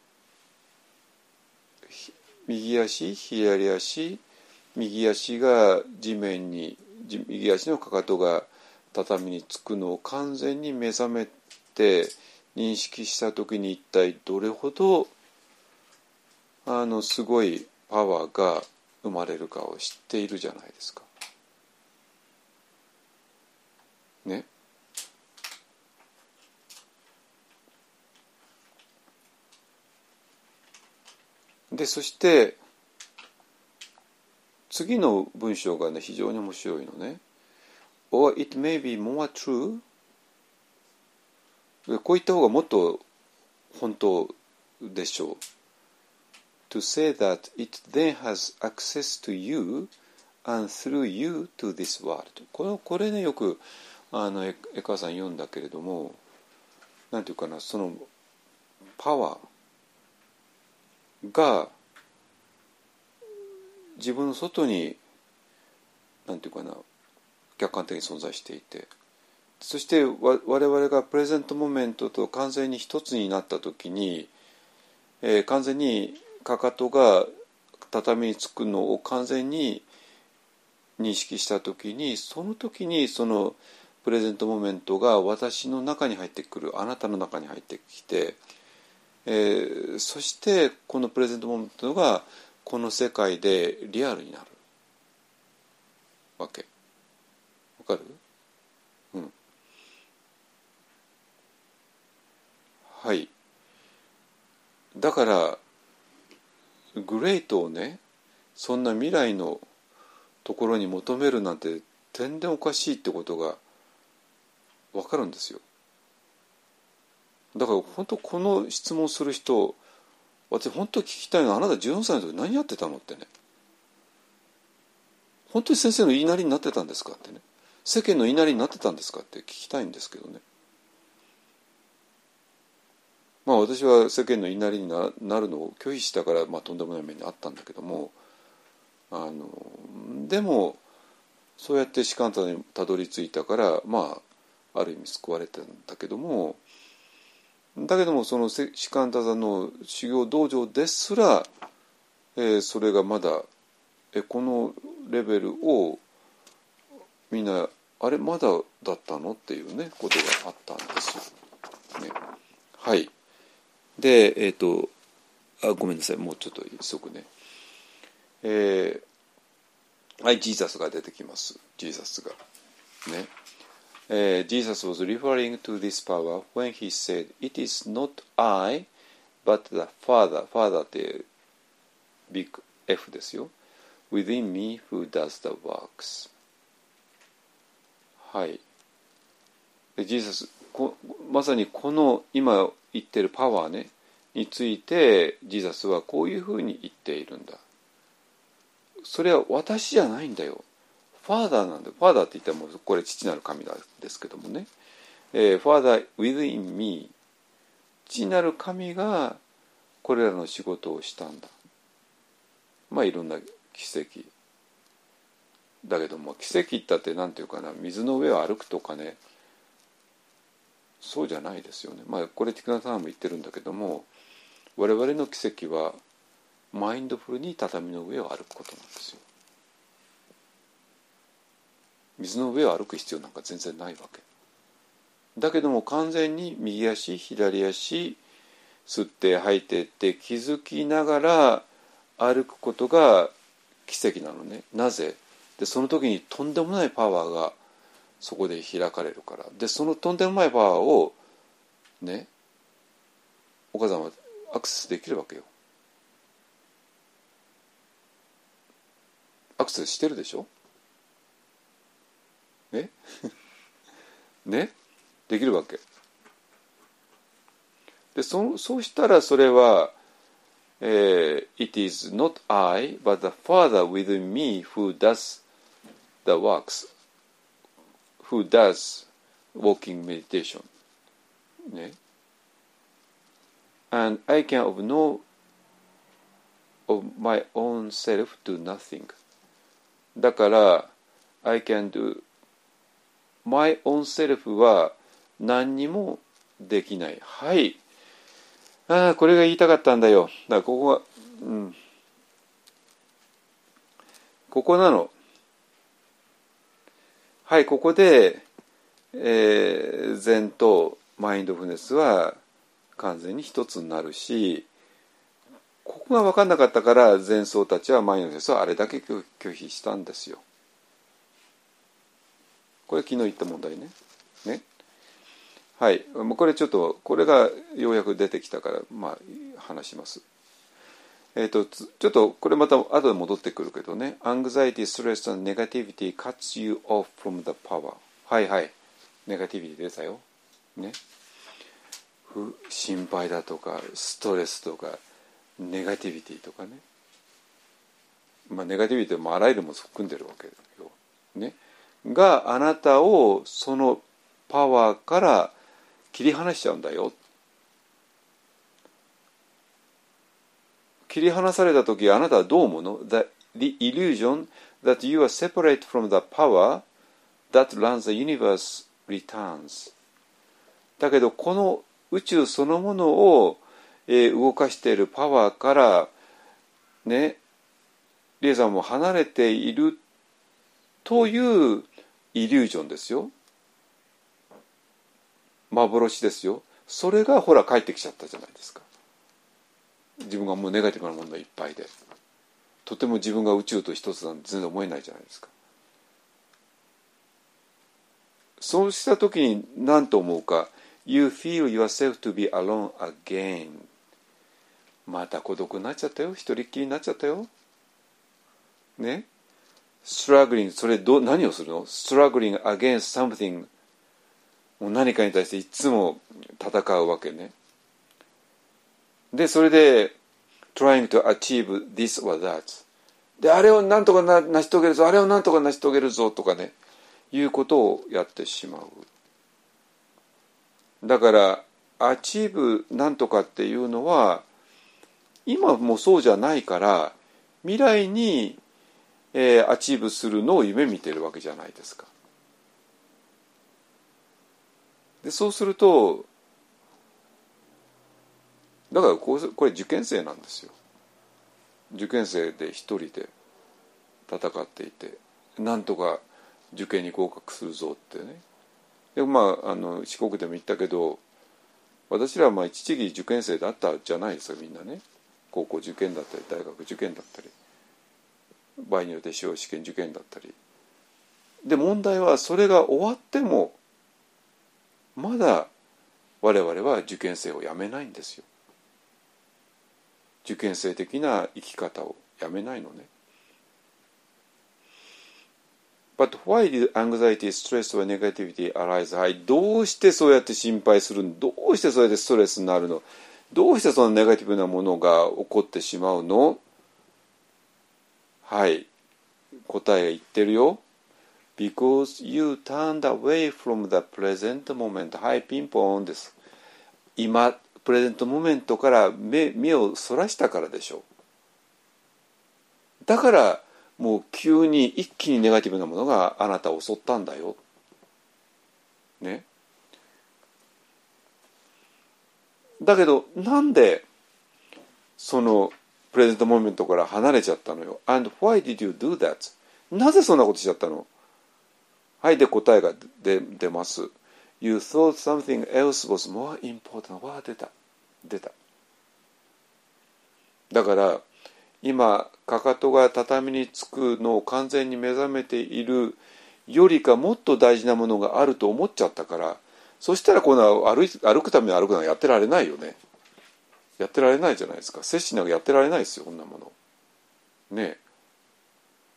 右足左足、右足が地面に、右足のかかとが畳につくのを完全に目覚めて認識した時に一体どれほどあのすごいパワーが生まれるかを知っているじゃないですか。ね。でそして次の文章がね非常に面白いのね。Or it may be more true。こういった方がもっと本当でしょう。To say that it then has access to you and through you to this world。これこれねよくあの江川さん読んだけれども、なんていうかな、そのパワーが自分の外になんていうかな客観的に存在していて、そして我々がプレゼントモメントと完全に一つになった時に、えー、完全にかかとが畳につくのを完全に認識した時に、その時にそのプレゼントモメントが私の中に入ってくる、あなたの中に入ってきて、えー、そしてこのプレゼントモメントがこの世界でリアルになるわけ。わかる？うん。はい。だからグレートをね、そんな未来のところに求めるなんて全然おかしいってことがわかるんですよ。だから本当この質問する人、私本当聞きたいのは、あなたじゅうよんさいの時何やってたのってね。本当に先生の言いなりになってたんですかってね。世間の言いなりになってたんですかって聞きたいんですけどね。まあ私は世間の言いなりに な, なるのを拒否したから、まあ、とんでもない目にあったんだけども、あのでもそうやって士官太にたどり着いたから、まあある意味救われてるんだけども、だけどもその士官太座の修行道場ですら、えー、それがまだえこのレベルをみんなあれまだだったのっていうねことがあったんですよ。ね、はい。でえっ、ー、とあごめんなさい、もうちょっと急ぐね。えー、はい、ジーザスが出てきます。ジーザスがね。Uh, Jesus was referring to this power when he said, "It is not I, but the Father." Father ってビッグ F ですよ。Within me who does the works. はい。で、ジーザス、こまさにこの今言ってるパワーねについて、ジーザスはこういうふうに言っているんだ。それは私じゃないんだよ。ファーダーなんだ。ファーダーって言ったらもうこれ父なる神なんですけどもね。えー、Father within me、 父なる神がこれらの仕事をしたんだ。まあいろんな奇跡だけども、奇跡ってって何ていうかな、水の上を歩くとかね、そうじゃないですよね。まあこれティクナさんも言ってるんだけども、我々の奇跡はマインドフルに畳の上を歩くことなんですよ。水の上を歩く必要なんか全然ないわけだけども、完全に右足左足吸って吐いてって気づきながら歩くことが奇跡なのね。なぜで、その時にとんでもないパワーがそこで開かれるから。でそのとんでもないパワーをね、お母さんはアクセスできるわけよ。アクセスしてるでしょねね。 できるわけで、そそうしたらそれは、えー、It is not I but the Father within me who does the works, who does walking meditation ね。And I can of no of my own self do nothing. だから I can do my own self は何にもできない。はい。ああ、これが言いたかったんだよ。だからここが、うん、ここなの。はい、ここで、えー、禅とマインドフルネスは完全に一つになるし、ここが分かんなかったから禅僧たちはマインドフルネスはあれだけ拒否したんですよ。これ昨日言った問題ね。ね。はい。もうこれちょっとこれがようやく出てきたからまあ話します。えっとちょっとこれまた後で戻ってくるけどね。Anxiety, stress and negativity cuts you off from the power. はいはい。ネガティビティ出たよ。ね。心配だとかストレスとかネガティビティとかね。まあネガティビティもあらゆるも含んでるわけだよ。ね。があなたをそのパワーから切り離しちゃうんだよ。切り離されたときあなたはどう思うの？ The illusion that you are separate from the power that runs the universe returns. だけどこの宇宙そのものを、えー、動かしているパワーからね、リエさんも離れているというイリュージョンですよ。幻ですよ。それがほら帰ってきちゃったじゃないですか。自分がもうネガティブなものいっぱいで、とても自分が宇宙と一つなんて全然思えないじゃないですか。そうした時に何と思うか。You feel yourself to be alone again. また孤独になっちゃったよ。一人っきりになっちゃったよ。ね。struggling それど何をするの？ struggling against something もう何かに対していつも戦うわけね。でそれで trying to achieve this or that であれをなんとかな成し遂げるぞあれをなんとか成し遂げるぞとかねいうことをやってしまう。だからアチーブなんとかっていうのは今もそうじゃないから未来に、えー、アチーブするのを夢見てるわけじゃないですか。でそうするとだからこうこれ受験生なんですよ。受験生で一人で戦っていてなんとか受験に合格するぞってね。でまああの四国でも言ったけど私らはまあ一時期受験生だったじゃないですかみんなね。高校受験だったり大学受験だったり場合によって司法試験受験だったりで問題はそれが終わってもまだ我々は受験生をやめないんですよ。受験生的な生き方をやめないのね。But why did anxiety, stress or negativity arise? はい、どうしてそうやって心配するの？どうしてそうやってストレスになるの？どうしてそのネガティブなものが起こってしまうの？はい、答えが言ってるよ。Because you turned away from the present moment. はい、ピンポーンです。今プレゼントモメントから 目, 目をそらしたからでしょう。だからもう急に一気にネガティブなものがあなたを襲ったんだよ。ね。だけどなんでそのプレゼントモメントから離れちゃったのよ。And why did you do that? なぜそんなことしちゃったの？はい、で答えが出出ます。You thought something else was more important. わあ出た出た。だから今かかとが畳につくのを完全に目覚めているよりかもっと大事なものがあると思っちゃったから、そしたらこの歩い歩くために歩くのはやってられないよね。やってられないじゃないですか。摂氏なんかやってられないですよこんなものね。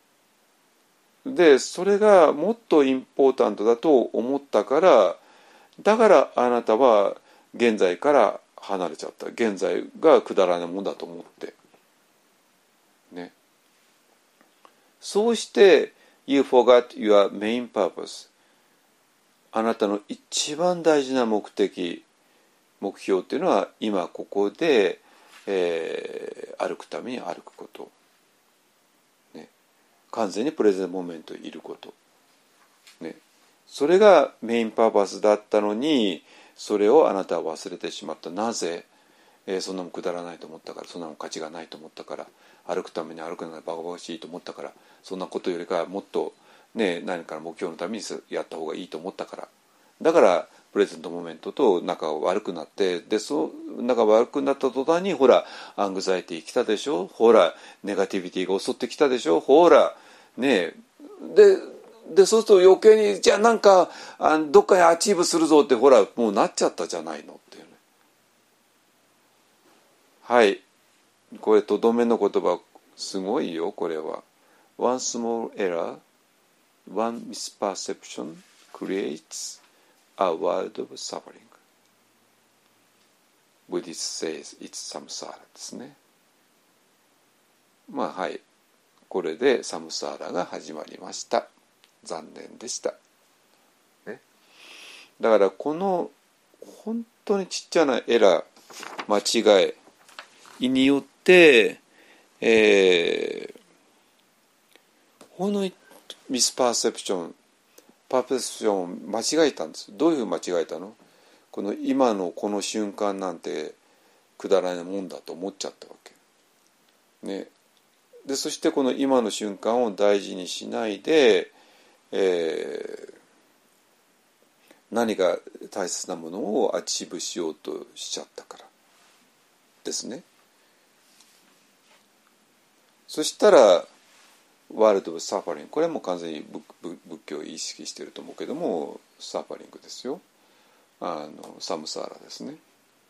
でそれがもっとインポータントだと思ったからだからあなたは現在から離れちゃった。現在がくだらないものだと思ってね。そうして You forgot your main purpose。 あなたの一番大事な目的、目標っていうのは今ここで、えー、歩くために歩くこと、ね、完全にプレゼントモーメントにいること、ね、それがメインパーパスだったのに、それをあなたは忘れてしまった。なぜ？えー、そんなもんくだらないと思ったから、そんなもん価値がないと思ったから、歩くために歩くのがバカバカしいと思ったから、そんなことよりかもっと、ね、何かの目標のためにやった方がいいと思ったから。だからプレゼントモーメントと仲が悪くなって、でそ仲が悪くなった途端にほらアングザイティ来たでしょ、ほらネガティビティが襲ってきたでしょ、ほらねででそうすると余計にじゃあなんかあどっかにアチーブするぞってほらもうなっちゃったじゃないのっていうね。はい、これとどめの言葉すごいよ。これは One small error, one misperception creates a world of suffering. Buddhist says it's samsara ですね。まあはい、これでサムサーラが始まりました。残念でした、ね、だからこの本当にちっちゃなエラー、間違いによって、えー、ほんのミスパーセプションパーセプションを間違えたんです。どういうふうに間違えたの？この今のこの瞬間なんてくだらないもんだと思っちゃったわけね。でそしてこの今の瞬間を大事にしないで、えー、何か大切なものをアチーブしようとしちゃったからですね。そしたらワールド・オブ・サファリング、これはもう完全に 仏, 仏教を意識していると思うけども、サファリングですよ。あのサムサーラですね。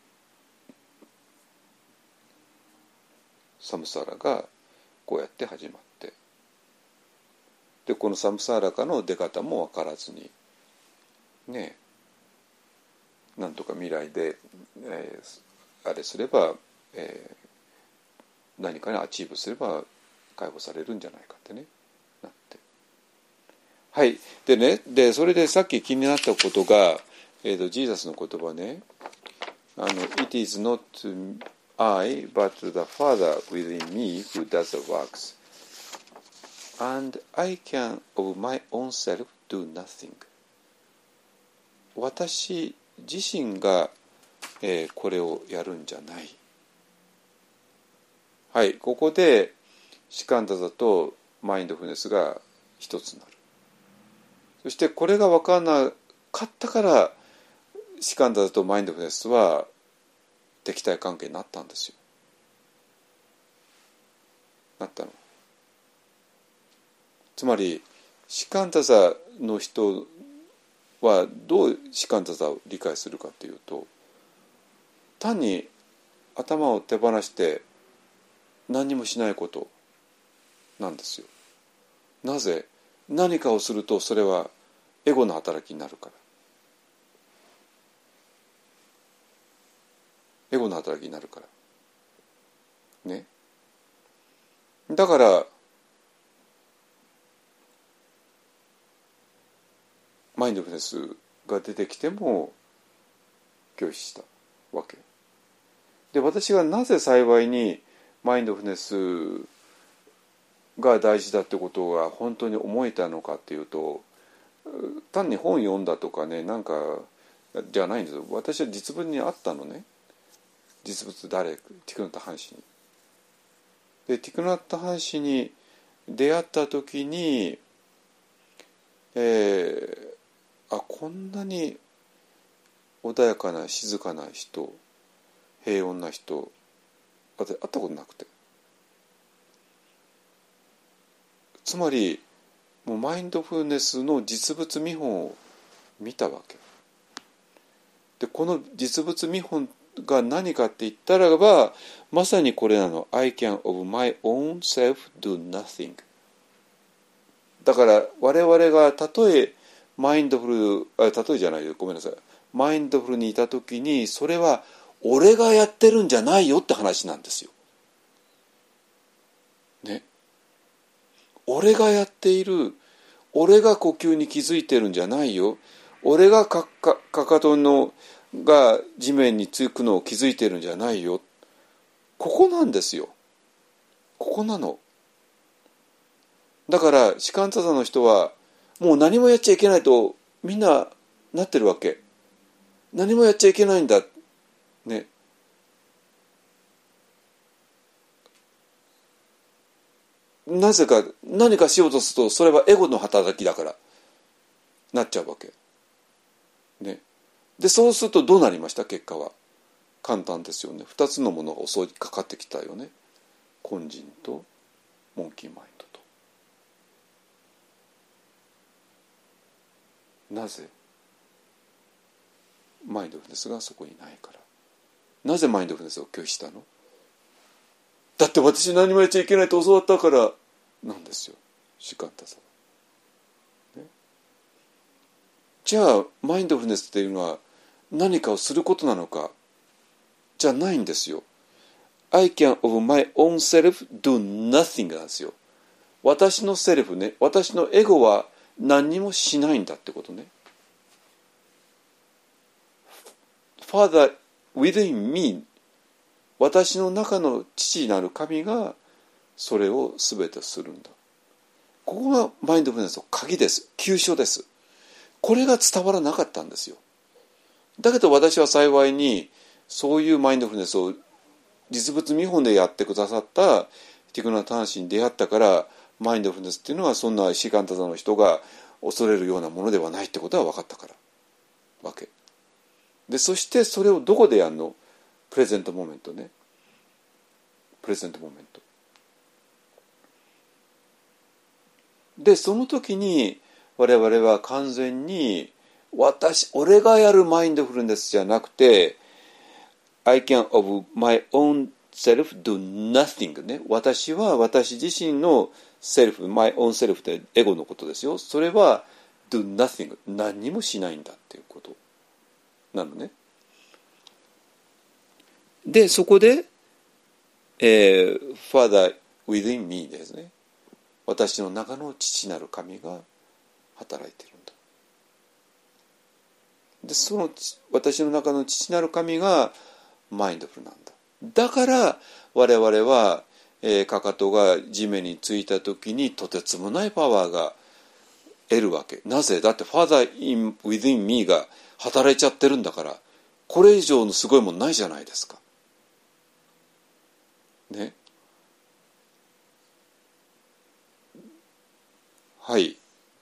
サムサーラがこうやって始まって、でこのサムサーラからの出方も分からずにね、なんとか未来で、えー、あれすれば、えー、何かにアチーブすれば解放されるんじゃないかってねなって、はいでね、でそれでさっき気になったことが、えーと、ジーザスの言葉ね、あの It is not I but the Father within me who does the works and I can of my own self do nothing。 私自身が、えー、これをやるんじゃない。はい、ここでシカンダザとマインドフルネスが一つになる。そしてこれが分からなかったからシカンダザとマインドフルネスは敵対関係になったんですよ。なったの。つまりシカンダザの人はどうシカンダザを理解するかというと、単に頭を手放して何もしないことなんですよ。なぜ？何かをするとそれはエゴの働きになるから。エゴの働きになるからね。だからマインドフルネスが出てきても拒否したわけで、私がなぜ幸いにマインドフルネスが大事だってことが本当に思えたのかっていうと、単に本読んだとかね、なんかじゃないんですよ。私は実物にあったのね。実物誰ティクナッタ・ハン氏に。でティクナッタ・ハン氏に出会った時に、えー、あこんなに穏やかな静かな人、平穏な人、私会ったことなくて、つまりもうマインドフルネスの実物見本を見たわけで、この実物見本が何かって言ったらばまさにこれなの。 I can of my own self do nothing。 だから我々がたとえマインドフルあ例えじゃないよごめんなさいマインドフルにいた時に、それは俺がやってるんじゃないよって話なんですよ。ね。俺がやっている、俺が呼吸に気づいてるんじゃないよ。俺がかかかかとのが地面につくのを気づいてるんじゃないよ。ここなんですよ。ここなの。だから士官多座の人はもう何もやっちゃいけないとみんななってるわけ。何もやっちゃいけないんだね。なぜか何かしようとするとそれはエゴの働きだからなっちゃうわけね。でそうするとどうなりました？結果は簡単ですよね。二つのものが襲いかかってきたよね。根人とモンキーマインドと。なぜ？マインドフルネスがそこにないから。なぜマインドフルネスを拒否したの？だって私何もやっちゃいけないと教わったからなんですよ、士官多座、ね。じゃあマインドフルネスっていうのは何かをすることなのかじゃないんですよ。 I can of my own self do nothing なんですよ。私のセルフね、私のエゴは何にもしないんだってことね。 Father within me、 私の中の父なる神がそれを全てするんだ。ここがマインドフルネスの鍵です。急所です。これが伝わらなかったんですよ。だけど私は幸いにそういうマインドフルネスを実物見本でやってくださったティクナ・タンシに出会ったから、マインドフルネスっていうのはそんな士官多座の人が恐れるようなものではないってことは分かったからわけで、そしてそれをどこでやるの？プレゼントモメントね。プレゼントモメントで、その時に我々は完全に私俺がやるマインドフルネスじゃなくて I can of my own self do nothing ね。私は私自身のセルフ、my own self ってエゴのことですよ。それは do nothing、 何にもしないんだっていうことなのね。でそこで、えー、Father within me ですね。私の中の父なる神が働いているんだ。でその私の中の父なる神がマインドフルなんだ。だから我々は、えー、かかとが地面についた時にとてつもないパワーが得るわけ。なぜ？だって Father in within me が働いちゃってるんだから、これ以上のすごいもんないじゃないですかね。はい。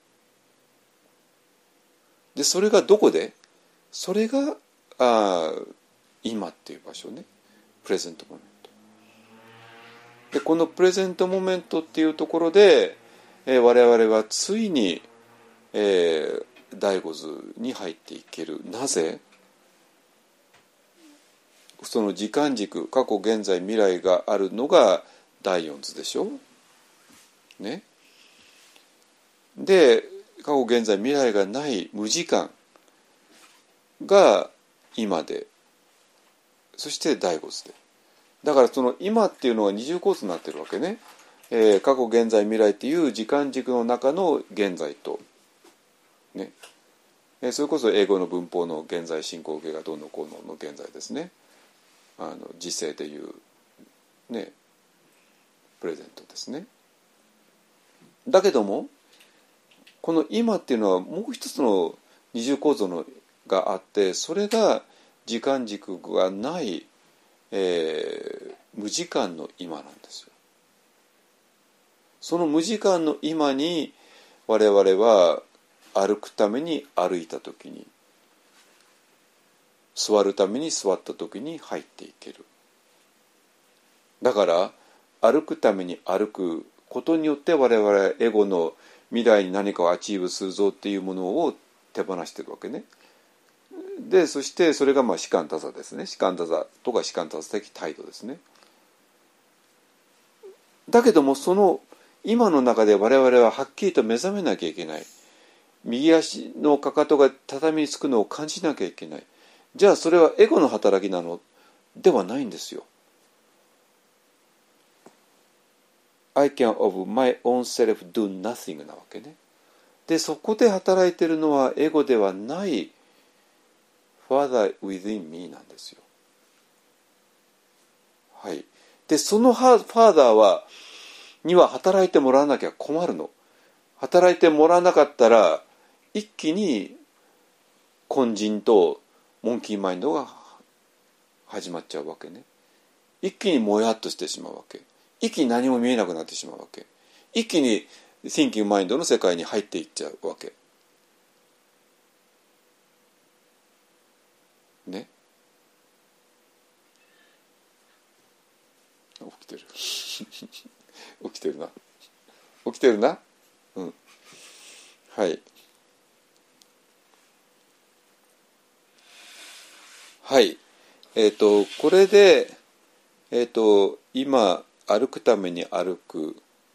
でそれがどこで？それがあ今っていう場所ね。プレゼントモメントで、このプレゼントモメントっていうところで、えー、我々はついに、えー、第五図に入っていける。なぜ？その時間軸、過去現在未来があるのが第四図でしょね。で過去現在未来がない無時間が今で、そして第五図で、だからその今っていうのは二重構図になってるわけね。えー、過去現在未来っていう時間軸の中の現在とね、えー、それこそ英語の文法の現在進行形がどうのこうのの現在ですね。あの時世でいうねプレゼントですね。だけどもこの今っていうのはもう一つの二重構造のがあって、それが時間軸がない、えー、無時間の今なんですよ。その無時間の今に我々は歩くために歩いた時に、座るために座った時に入っていける。だから歩くために歩くことによって我々はエゴの未来に何かをアチーブするぞっていうものを手放してるわけね。でそしてそれがまあ士官多座ですね。士官多座とか士官多座的態度ですね。だけどもその今の中で我々ははっきりと目覚めなきゃいけない。 右足のかかとが畳につくのを感じなきゃいけない。じゃあそれはエゴの働きなのではないんですよ。I can of my own self do nothing なわけね。でそこで働いているのはエゴではない Father within me なんですよ。はい。でそのファーダーはには働いてもらわなきゃ困るの。働いてもらわなかったら一気に根人とモンキーマインドが始まっちゃうわけね。一気にもやっとしてしまうわけ。一気に何も見えなくなってしまうわけ。一気に Thinking マインドの世界に入っていっちゃうわけね。起きてる起きてるな起きてるなうんはいはいえっ、ー、とこれでえっ、ー、と今歩くために歩く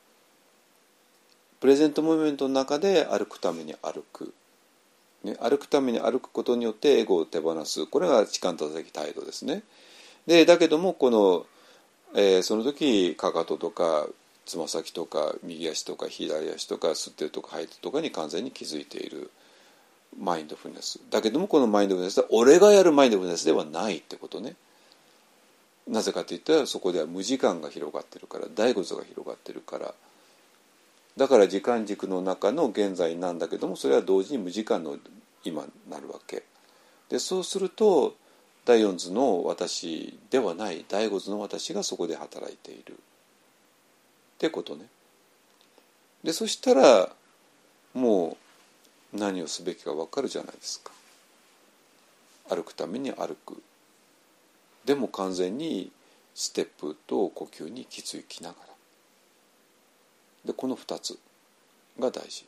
プレゼントムーブメントの中で歩くために歩く、ね、歩くために歩くことによってエゴを手放す、これが痴漢正しき態度ですね。でだけどもこの、えー、その時かかととかつま先とか右足とか左足とか吸ってるとか吐いてるとかに完全に気づいているマインドフルネスだけども、このマインドフルネスは俺がやるマインドフルネスではないってことね。なぜかといったらそこでは無時間が広がってるから、大骨が広がってるから。だから時間軸の中の現在なんだけども、それは同時に無時間の今になるわけで、そうすると第四図の私ではない第五図の私がそこで働いているってことね。でそしたらもう何をすべきか分かるじゃないですか。歩くために歩く、でも完全にステップと呼吸に気づきながらで、このふたつが大事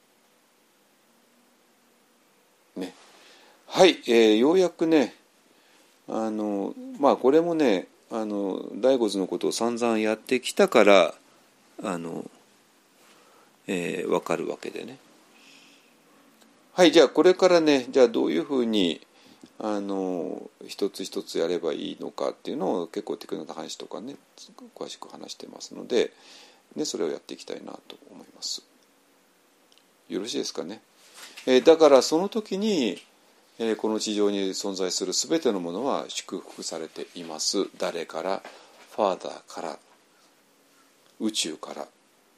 ね。はい、えー、ようやくねあのまあこれもねあの第五図のことを散々やってきたからあの、えー、分かるわけでね。はい、じゃあこれからね、じゃあどういうふうにあの一つ一つやればいいのかっていうのを結構テクニカルな話とかね詳しく話してますので、でそれをやっていきたいなと思います。よろしいですかね。えー、だからその時に、えー、この地上に存在するすべてのものは祝福されています。誰から？ファーダーから、宇宙から。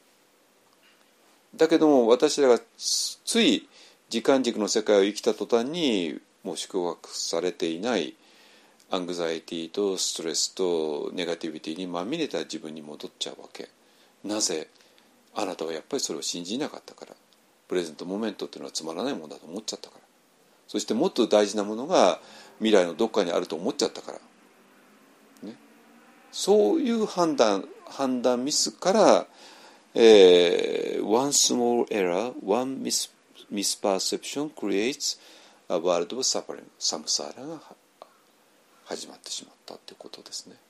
だけども私らがつい時間軸の世界を生きた途端にもう祝福されていないアングザイティとストレスとネガティビティにまみれた自分に戻っちゃうわけ。なぜ？あなたはやっぱりそれを信じなかったから。プレゼントモメントっていうのはつまらないものだと思っちゃったから。そしてもっと大事なものが未来のどっかにあると思っちゃったから、ね、そういう判断判断ミスから、えー、one small error, one mis- misperception creates a world of suffering サムサーラが始まってしまったということですね。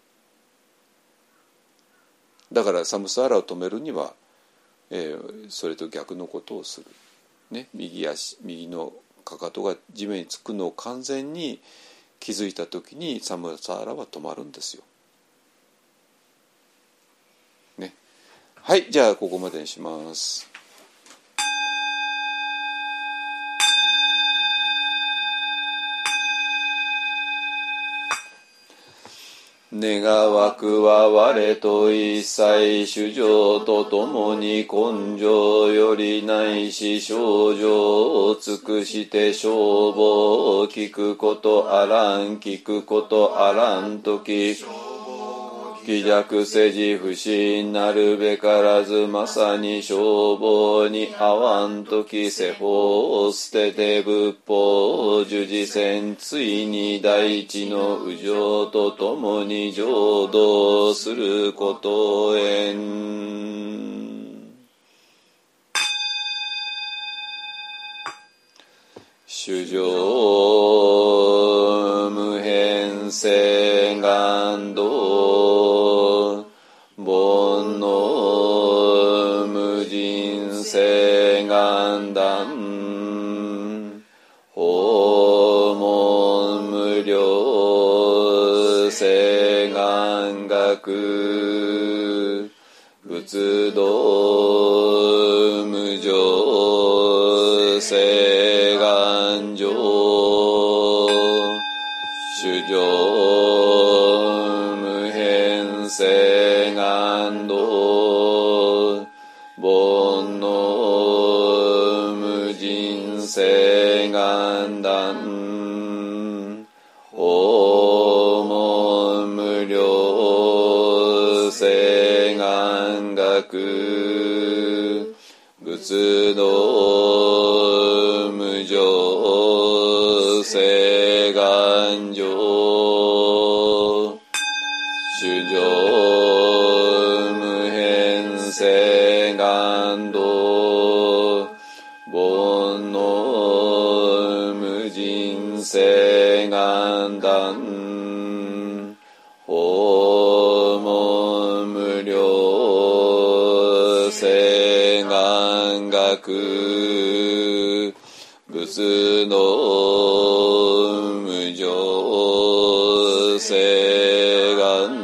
だからサムサーラを止めるには、えー、それと逆のことをする、ね、右足右のかかとが地面につくのを完全に気づいたときにサムサーラは止まるんですよ、ね、はい、じゃあここまでにします。願わくは我と一切主情とともに根性よりないし症状を尽くして消防を聞くことあらん聞くことあらんとき気弱せじ不信なるべからずまさに消防に合わんとき世法を捨てて仏法を従事せんついに大地の右上とともに浄土することへん。主情無変性願道煩悩無人性願断願学仏道無常誓願上主上無変誓願道煩悩無尽誓願断訪問無量誓願学仏道無常誓願上主上無変誓願道煩悩無尽誓願断訪問無量誓願学仏道無常誓願